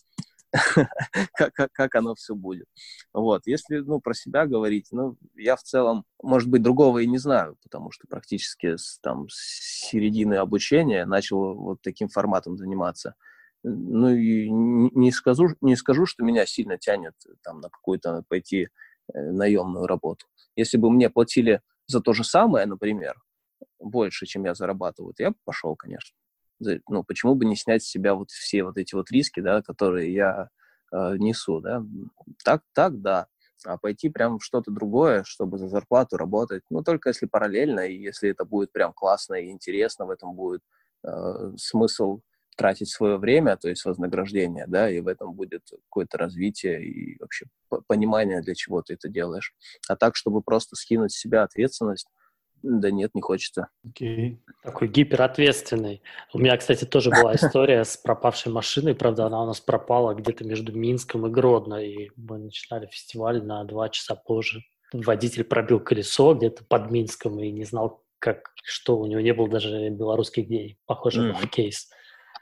как, как, как оно все будет. Вот. Если, ну, про себя говорить, ну, я в целом, может быть, другого и не знаю, потому что практически с, там, с середины обучения начал вот таким форматом заниматься. Ну, и не скажу, не скажу, что меня сильно тянет там, на какую-то пойти э, наемную работу. Если бы мне платили за то же самое, например, больше, чем я зарабатываю, то я бы пошел, конечно. Ну, почему бы не снять с себя вот все вот эти вот риски, да, которые я э, несу, да, так, так, да, а пойти прям в что-то другое, чтобы за зарплату работать, ну, только если параллельно, и если это будет прям классно и интересно, в этом будет э, смысл тратить свое время, то есть вознаграждение, да, и в этом будет какое-то развитие и вообще понимание, для чего ты это делаешь. А так, чтобы просто скинуть с себя ответственность, Да нет, не хочется. Окей. Такой гиперответственный. У меня, кстати, тоже была история с пропавшей машиной. Правда, она у нас пропала где-то между Минском и Гродно. И мы начинали фестиваль на два часа позже. Водитель пробил колесо где-то под Минском и не знал, как, что. У него не было даже белорусских денег. Похоже, был кейс.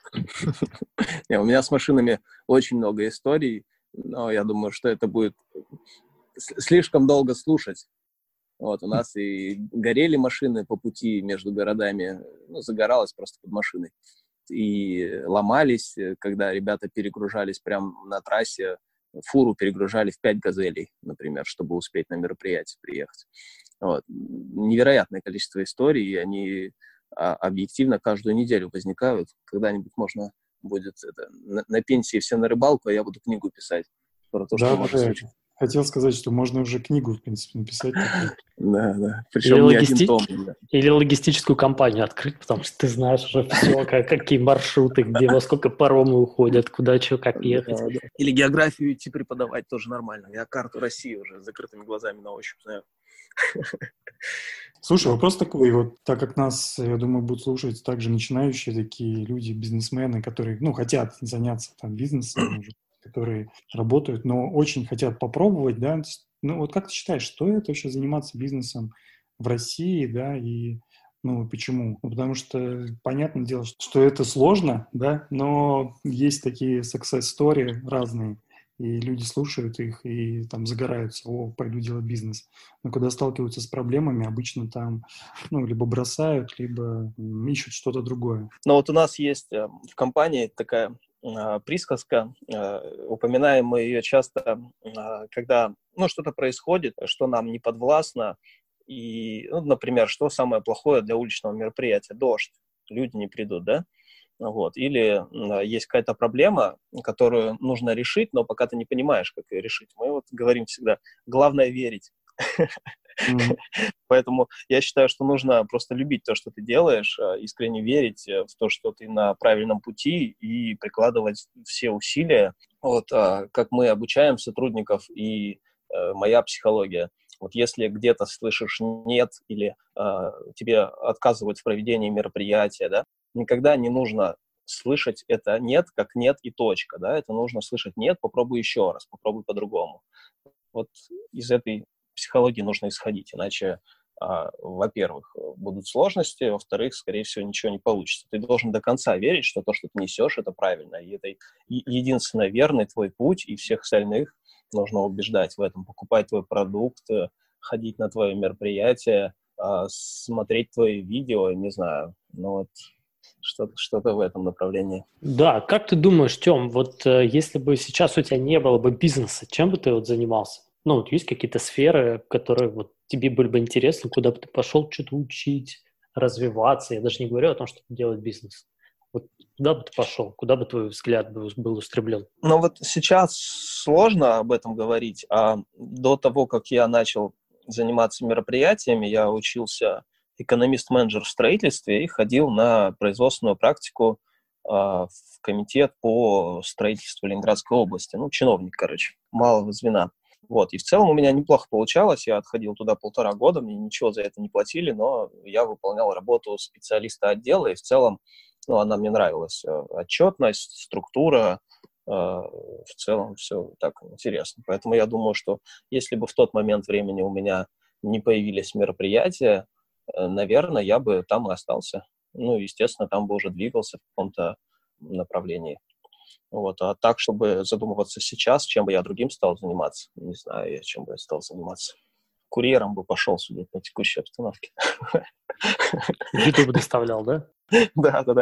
У меня с машинами очень много историй, но я думаю, что это будет слишком долго слушать. Вот, у нас и горели машины по пути между городами, ну, загоралось просто под машиной. И ломались, когда ребята перегружались прямо на трассе, фуру перегружали в пять «Газелей», например, чтобы успеть на мероприятие приехать. Вот. Невероятное количество историй, и они а, объективно каждую неделю возникают. Когда-нибудь можно будет это, на, на пенсии все на рыбалку, а я буду книгу писать про то, Да, что может да, случиться. хотел сказать, что можно уже книгу, в принципе, написать. Да, да. Или, Причем не логисти... один том. Да. Или логистическую компанию открыть, потому что ты знаешь уже все, как, какие маршруты, где во сколько паромы уходят, куда что, как ехать. Да, да. Или географию идти преподавать тоже нормально. Я карту России уже с закрытыми глазами на ощупь знаю. Слушай, вопрос такой, вот так как нас, я думаю, будут слушать также начинающие такие люди, бизнесмены, которые, ну, хотят заняться там бизнесом, уже, которые работают, но очень хотят попробовать, да, ну, вот как ты считаешь, стоит вообще заниматься бизнесом в России, да, и, ну, почему? Ну, потому что, понятное дело, что это сложно, да, но есть такие success story разные, и люди слушают их и там загораются, о, пойду делать бизнес. Но когда сталкиваются с проблемами, обычно там, ну, либо бросают, либо м, ищут что-то другое. Но вот у нас есть э, в компании такая э, присказка, э, упоминаем мы ее часто, э, когда, ну, что-то происходит, что нам не подвластно, и, ну, например, что самое плохое для уличного мероприятия? Дождь, люди не придут, да? Вот. Или э, есть какая-то проблема, которую нужно решить, но пока ты не понимаешь, как ее решить. Мы вот говорим всегда, главное верить. Mm. Поэтому я считаю, что нужно просто любить то, что ты делаешь, искренне верить в то, что ты на правильном пути, и прикладывать все усилия. Вот как мы обучаем сотрудников, и э, моя психология. Вот если где-то слышишь «нет» или э, тебе отказывают в проведении мероприятия, да, никогда не нужно слышать это «нет» как «нет» и точка, да, это нужно слышать «нет», попробуй еще раз, попробуй по-другому. Вот из этой психологии нужно исходить, иначе, а, во-первых, будут сложности, во-вторых, скорее всего, ничего не получится. Ты должен до конца верить, что то, что ты несешь, это правильно, и это единственно верный твой путь, и всех остальных нужно убеждать в этом, покупать твой продукт, ходить на твое мероприятие, а, смотреть твои видео, не знаю, ну вот что-то, что-то в этом направлении. Да, как ты думаешь, Тём, вот э, если бы сейчас у тебя не было бы бизнеса, чем бы ты вот занимался? Ну, вот есть какие-то сферы, которые вот тебе были бы интересны, куда бы ты пошел что-то учить, развиваться? Я даже не говорю о том, чтобы делать бизнес. Вот куда бы ты пошел? Куда бы твой взгляд был, был устремлен? Ну вот сейчас сложно об этом говорить, а до того, как я начал заниматься мероприятиями, я учился экономист-менеджер в строительстве и ходил на производственную практику э, в комитет по строительству Ленинградской области. Ну, чиновник, короче, малого звена. Вот. И в целом у меня неплохо получалось. Я отходил туда полтора года, мне ничего за это не платили, но я выполнял работу специалиста отдела, и в целом, ну, она мне нравилась. Отчетность, структура, э, в целом все так интересно. Поэтому я думаю, что если бы в тот момент времени у меня не появились мероприятия, э, наверное, я бы там и остался. Ну, естественно, там бы уже двигался в каком-то направлении. Вот. А так, чтобы задумываться сейчас, чем бы я другим стал заниматься, не знаю я, чем бы я стал заниматься. Курьером бы пошел судить по текущей обстановке. YouTube доставлял, да? Да, да, да.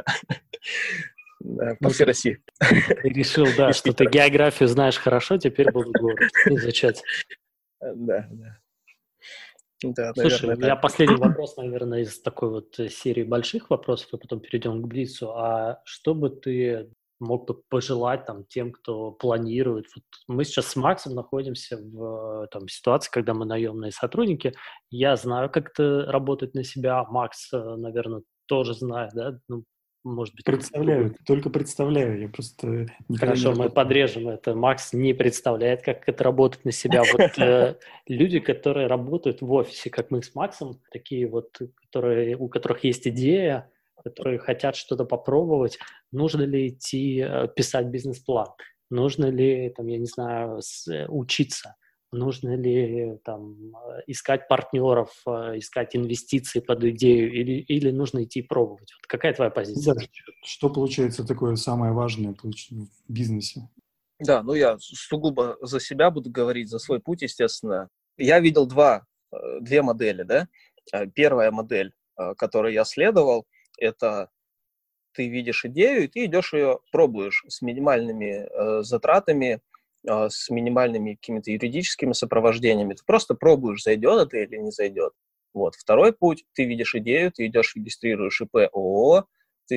По всей России. Ты решил, да, что ты географию знаешь хорошо, теперь буду город изучать. Да, да. Да, Слушай, наверное, у меня так. последний вопрос, наверное, из такой вот серии больших вопросов, и потом перейдем к Блицу. А что бы ты мог бы пожелать там тем, кто планирует? Вот мы сейчас с Максом находимся в там, ситуации, когда мы наемные сотрудники. Я знаю, как это работать на себя. Макс, наверное, тоже знает, да? Ну, может быть... Представляю, только представляю, я просто... Хорошо, мы подрежем это. Макс не представляет, как это работает на себя. Вот э, люди, которые работают в офисе, как мы с Максом, такие вот, которые, у которых есть идея, которые хотят что-то попробовать, нужно ли идти э, писать бизнес-план, нужно ли, там, я не знаю, с, э, учиться, нужно ли там искать партнеров, э, искать инвестиции под идею, или, или нужно идти пробовать? Вот какая твоя позиция? Да, что получается такое самое важное в бизнесе? Да, ну я сугубо за себя буду говорить, за свой путь, естественно. Я видел два, две модели, да. Первая модель, которой я следовал, это ты видишь идею, и ты идешь ее пробуешь с минимальными э, затратами, э, с минимальными какими-то юридическими сопровождениями. Ты просто пробуешь, зайдет это или не зайдет. Вот. Второй путь, ты видишь идею, ты идешь, регистрируешь ИП ООО,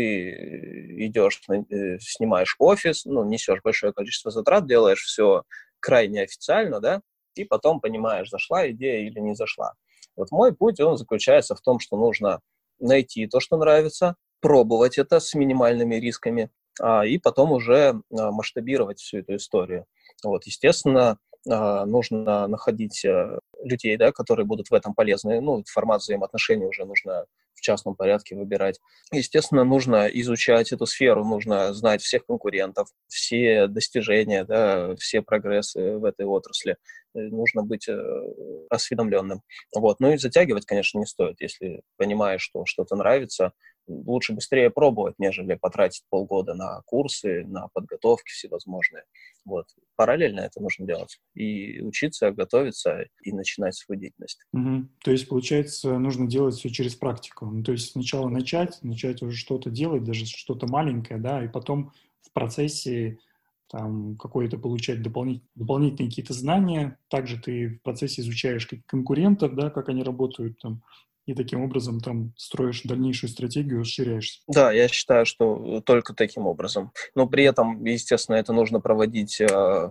ты идешь, э, снимаешь офис, ну, несешь большое количество затрат, делаешь все крайне официально, да, и потом понимаешь, зашла идея или не зашла. Вот мой путь, он заключается в том, что нужно найти то, что нравится, пробовать это с минимальными рисками, а, и потом уже а, масштабировать всю эту историю. Вот, естественно, а, нужно находить а, людей, да, которые будут в этом полезны. Ну, формат взаимоотношений уже нужно в частном порядке выбирать. Естественно, нужно изучать эту сферу, нужно знать всех конкурентов, все достижения, да, все прогрессы в этой отрасли. Нужно быть э, осведомленным. Вот. Ну и затягивать, конечно, не стоит. Если понимаешь, что что-то нравится, лучше быстрее пробовать, нежели потратить полгода на курсы, на подготовки всевозможные. Вот. Параллельно это нужно делать. И учиться, готовиться, и начинать свою деятельность. Угу. То есть, получается, нужно делать все через практику. Ну, то есть сначала начать, начать уже что-то делать, даже что-то маленькое, да, и потом в процессе там какое-то получать дополнительные, дополнительные какие-то знания. Также ты в процессе изучаешь как конкурентов, да, как они работают там, и таким образом там строишь дальнейшую стратегию, расширяешься. Да, я считаю, что только таким образом. Но при этом, естественно, это нужно проводить,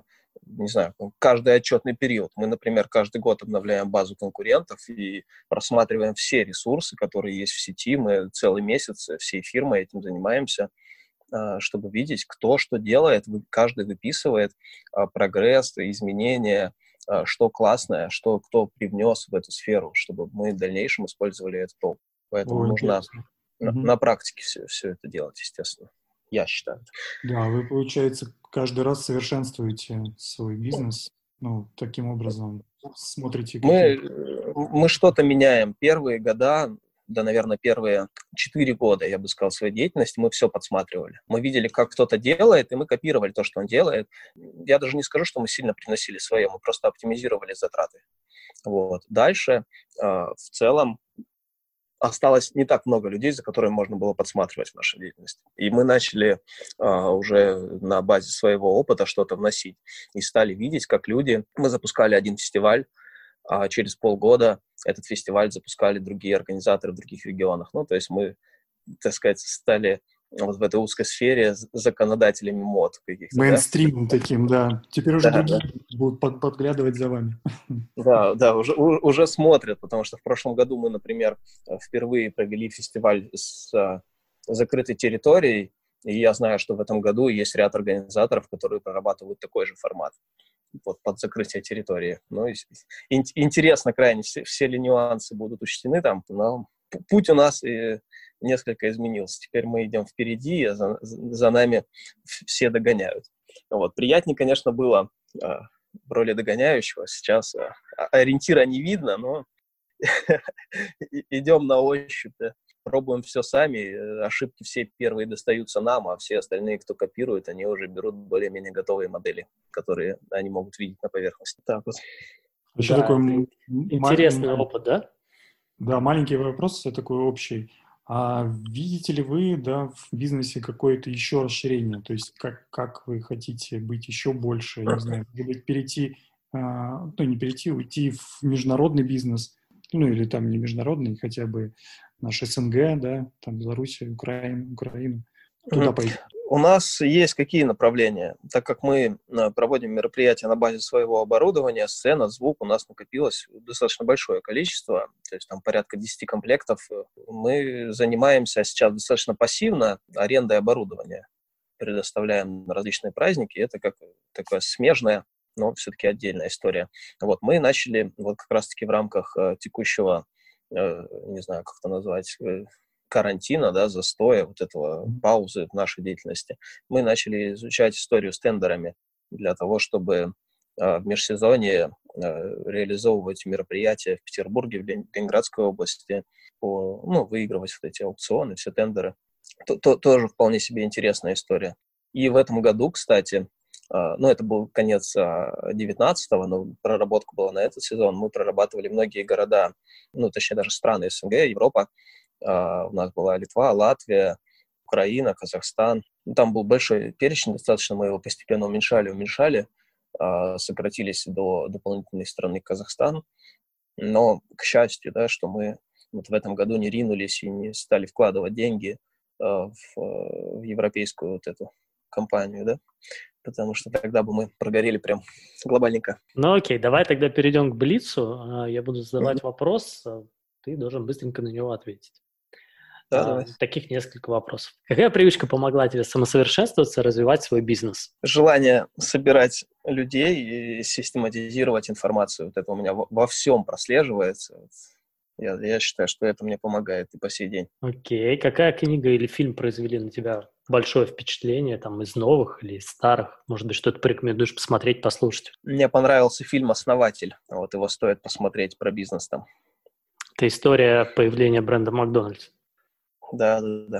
не знаю, каждый отчетный период. Мы, например, каждый год обновляем базу конкурентов и просматриваем все ресурсы, которые есть в сети. Мы целый месяц всей фирмой этим занимаемся, чтобы видеть, кто что делает. Каждый выписывает прогресс, изменения, что классное, что кто привнес в эту сферу, чтобы мы в дальнейшем использовали этот опыт. Поэтому Ой, нужно на, угу. на практике все, все это делать, естественно. Я считаю. Да, вы, получается, каждый раз совершенствуете свой бизнес, ну, таким образом смотрите. Мы, мы что-то меняем. Первые года, да, наверное, первые четыре года, я бы сказал, своей деятельности, мы все подсматривали. Мы видели, как кто-то делает, и мы копировали то, что он делает. Я даже не скажу, что мы сильно приносили свое, мы просто оптимизировали затраты. Вот. Дальше, э, в целом, осталось не так много людей, за которыми можно было подсматривать в нашей деятельности. И мы начали а, уже на базе своего опыта что-то вносить. И стали видеть, как люди... Мы запускали один фестиваль, а через полгода этот фестиваль запускали другие организаторы в других регионах. Ну, то есть мы, так сказать, стали вот в этой узкой сфере законодателями мод каких-то. Мейнстримом да? таким, да. Теперь уже да, другие да. будут под, подглядывать за вами. Да, да, уже, уже смотрят, потому что в прошлом году мы, например, впервые провели фестиваль с а, закрытой территорией, и я знаю, что в этом году есть ряд организаторов, которые прорабатывают такой же формат вот, под закрытие территории. Ну, и, ин, интересно крайне, все, все ли нюансы будут учтены там, но путь у нас и несколько изменился. Теперь мы идем впереди, а за, за нами все догоняют. Вот. Приятнее, конечно, было а, в роли догоняющего. Сейчас а, ориентира не видно, но идем на ощупь, да. Пробуем все сами. Ошибки все первые достаются нам, а все остальные, кто копирует, они уже берут более-менее готовые модели, которые они могут видеть на поверхности. Так вот. Еще да, такой интересный м- опыт, да? Да, маленький вопрос, такой общий. А видите ли вы, да, в бизнесе какое-то еще расширение? То есть как, как вы хотите быть еще больше, не знаю, может быть, перейти, а, ну, не перейти, уйти в международный бизнес, ну, или там не международный, хотя бы наш СНГ, да, там Белоруссия, Украина, Украина, туда пойти? У нас есть какие направления? Так как мы проводим мероприятия на базе своего оборудования, сцена, звук, у нас накопилось достаточно большое количество, то есть там порядка десять комплектов. Мы занимаемся сейчас достаточно пассивно арендой оборудования, предоставляем на различные праздники. Это как такая смежная, но все-таки отдельная история. Вот мы начали вот как раз-таки в рамках текущего, не знаю, как это назвать, карантина, да, застоя, вот этого паузы в нашей деятельности, мы начали изучать историю с тендерами для того, чтобы э, в межсезонье э, реализовывать мероприятия в Петербурге, в Ленинградской области, по, ну, выигрывать вот эти аукционы, все тендеры. То, то, тоже вполне себе интересная история. И в этом году, кстати, э, ну, это был конец девятнадцатого, но проработка была на этот сезон, мы прорабатывали многие города, ну, точнее, даже страны СНГ, Европа. Uh, у нас была Литва, Латвия, Украина, Казахстан. Ну, там был большой перечень, достаточно мы его постепенно уменьшали, уменьшали, uh, сократились до дополнительной страны Казахстан. Но, к счастью, да, что мы вот в этом году не ринулись и не стали вкладывать деньги uh, в, uh, в европейскую вот эту компанию, да, потому что тогда бы мы прогорели прям глобальненько. Ну окей, давай тогда перейдем к Блицу. Я буду задавать mm-hmm. вопрос, ты должен быстренько на него ответить. Да, а, давай. Таких несколько вопросов. Какая привычка помогла тебе самосовершенствоваться, развивать свой бизнес? Желание собирать людей и систематизировать информацию. Вот это у меня во, во всем прослеживается. Я, я считаю, что это мне помогает и по сей день. Окей. Какая книга или фильм произвели на тебя большое впечатление, там, из новых или из старых? Может быть, что-то порекомендуешь посмотреть, послушать? Мне понравился фильм «Основатель». Вот его стоит посмотреть, про бизнес там. Это история появления бренда Макдональдс. Да, да, да.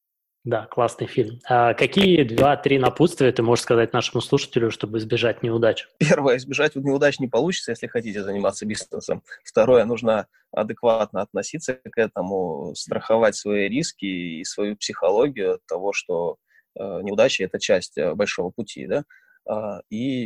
Да, классный фильм. А какие два-три напутствия ты можешь сказать нашему слушателю, чтобы избежать неудач? Первое, избежать неудач не получится, если хотите заниматься бизнесом. Второе, нужно адекватно относиться к этому, страховать свои риски и свою психологию от того, что э, неудача – это часть большого пути, да. Э,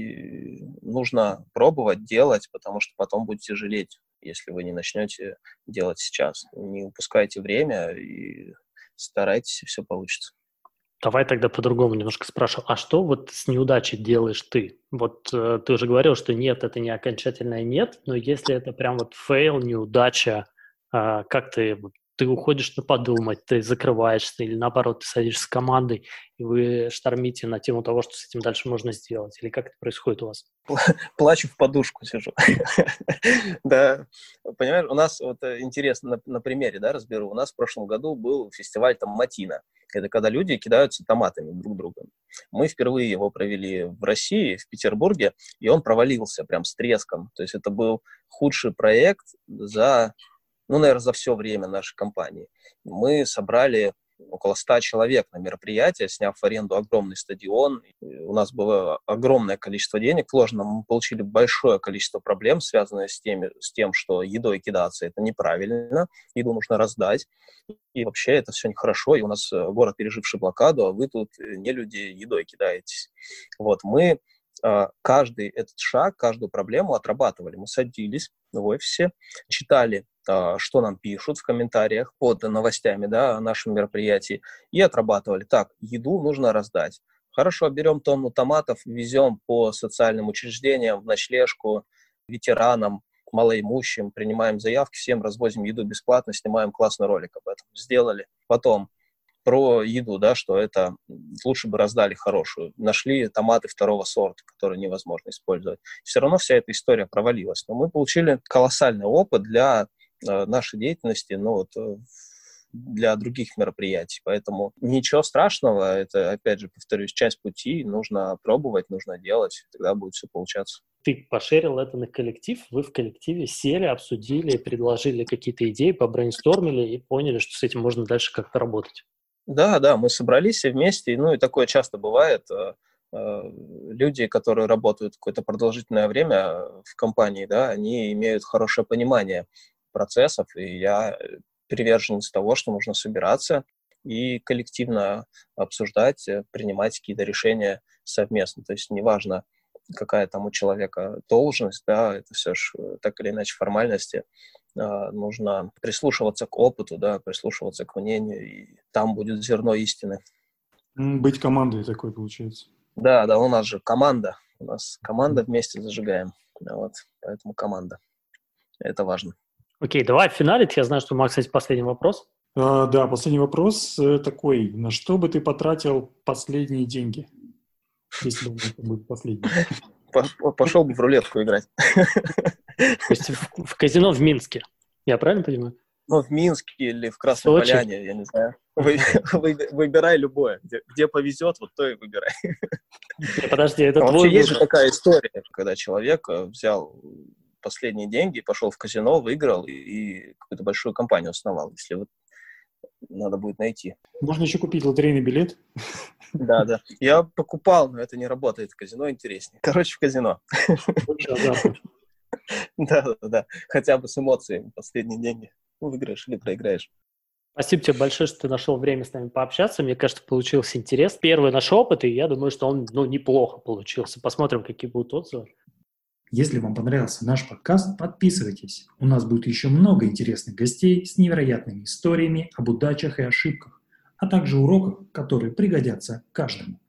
и нужно пробовать делать, потому что потом будете жалеть, если вы не начнете делать сейчас. Не упускайте время и старайтесь, и все получится. Давай тогда по-другому немножко спрашиваю. А что вот с неудачей делаешь ты? Вот э, ты уже говорил, что нет, это не окончательное нет, но если это прям вот фейл, неудача, э, как ты, вот, ты уходишь на подумать, ты закрываешься или наоборот, ты садишься с командой и вы штормите на тему того, что с этим дальше можно сделать? Или как это происходит у вас? Плачу в подушку, сижу. Да, понимаешь, у нас вот интересно на примере, да, разберу. У нас в прошлом году был фестиваль томатина. Это когда люди кидаются томатами друг друга. Мы впервые его провели в России, в Петербурге, и он провалился прям с треском. То есть это был худший проект за, ну, наверное, за все время нашей компании. Мы собрали около ста человек на мероприятие, сняв в аренду огромный стадион. У нас было огромное количество денег вложено. Мы получили большое количество проблем, связанных с, теми, с тем, что едой кидаться – это неправильно, еду нужно раздать. И вообще это все нехорошо. И у нас город, переживший блокаду, а вы тут, не люди, едой кидаетесь. Вот, мы каждый этот шаг, каждую проблему отрабатывали. Мы садились в офисе, читали, что нам пишут в комментариях под новостями, да, о нашем мероприятии, и отрабатывали. Так, еду нужно раздать. Хорошо, берем тонну томатов, везем по социальным учреждениям, в ночлежку, ветеранам, малоимущим, принимаем заявки, всем развозим еду бесплатно, снимаем классный ролик об этом. Сделали. Потом про еду, да, что это лучше бы раздали хорошую. Нашли томаты второго сорта, которые невозможно использовать. Все равно вся эта история провалилась. Но мы получили колоссальный опыт для э, нашей деятельности, ну, вот, э, для других мероприятий. Поэтому ничего страшного, это, опять же, повторюсь, часть пути. Нужно пробовать, нужно делать, тогда будет все получаться. Ты пошерил это на коллектив, вы в коллективе сели, обсудили, предложили какие-то идеи, побрейнстормили и поняли, что с этим можно дальше как-то работать. Да, да, мы собрались все вместе, ну и такое часто бывает. Люди, которые работают какое-то продолжительное время в компании, да, они имеют хорошее понимание процессов, и я приверженец того, что нужно собираться и коллективно обсуждать, принимать какие-то решения совместно. То есть неважно, какая там у человека должность, да, это все же так или иначе формальности. Нужно прислушиваться к опыту, да, прислушиваться к мнению, и там будет зерно истины. М, Быть командой такой получается. Да, да, у нас же команда. У нас команда, вместе зажигаем. Вот, поэтому команда. Это важно. Окей, давай финалить. Я знаю, что у Макса есть последний вопрос. А, да, последний вопрос э, такой. На что бы ты потратил последние деньги? Если бы это будет последний. По- Пошел бы в рулетку играть. То есть в, в казино в Минске. Я правильно понимаю? Ну, в Минске или в Красной Сочи. Поляне, я не знаю. Вы- вы- Выбирай любое. Где, где повезет, вот то и выбирай. Не, подожди, это А твой вообще есть же выбор. такая история, когда человек э, взял последние деньги, пошел в казино, выиграл и, и какую-то большую компанию основал, если вот надо будет найти. Можно еще купить лотерейный билет. Да, да. Я покупал, но это не работает. В казино интереснее. Короче, в казино. Больше азарта. Да, да, да. Хотя бы с эмоциями последние деньги. Выиграешь или проиграешь. Спасибо тебе большое, что ты нашел время с нами пообщаться. Мне кажется, получился интерес. Первый наш опыт, и я думаю, что он ну, неплохо получился. Посмотрим, какие будут отзывы. Если вам понравился наш подкаст, подписывайтесь. У нас будет еще много интересных гостей с невероятными историями об удачах и ошибках, а также уроках, которые пригодятся каждому.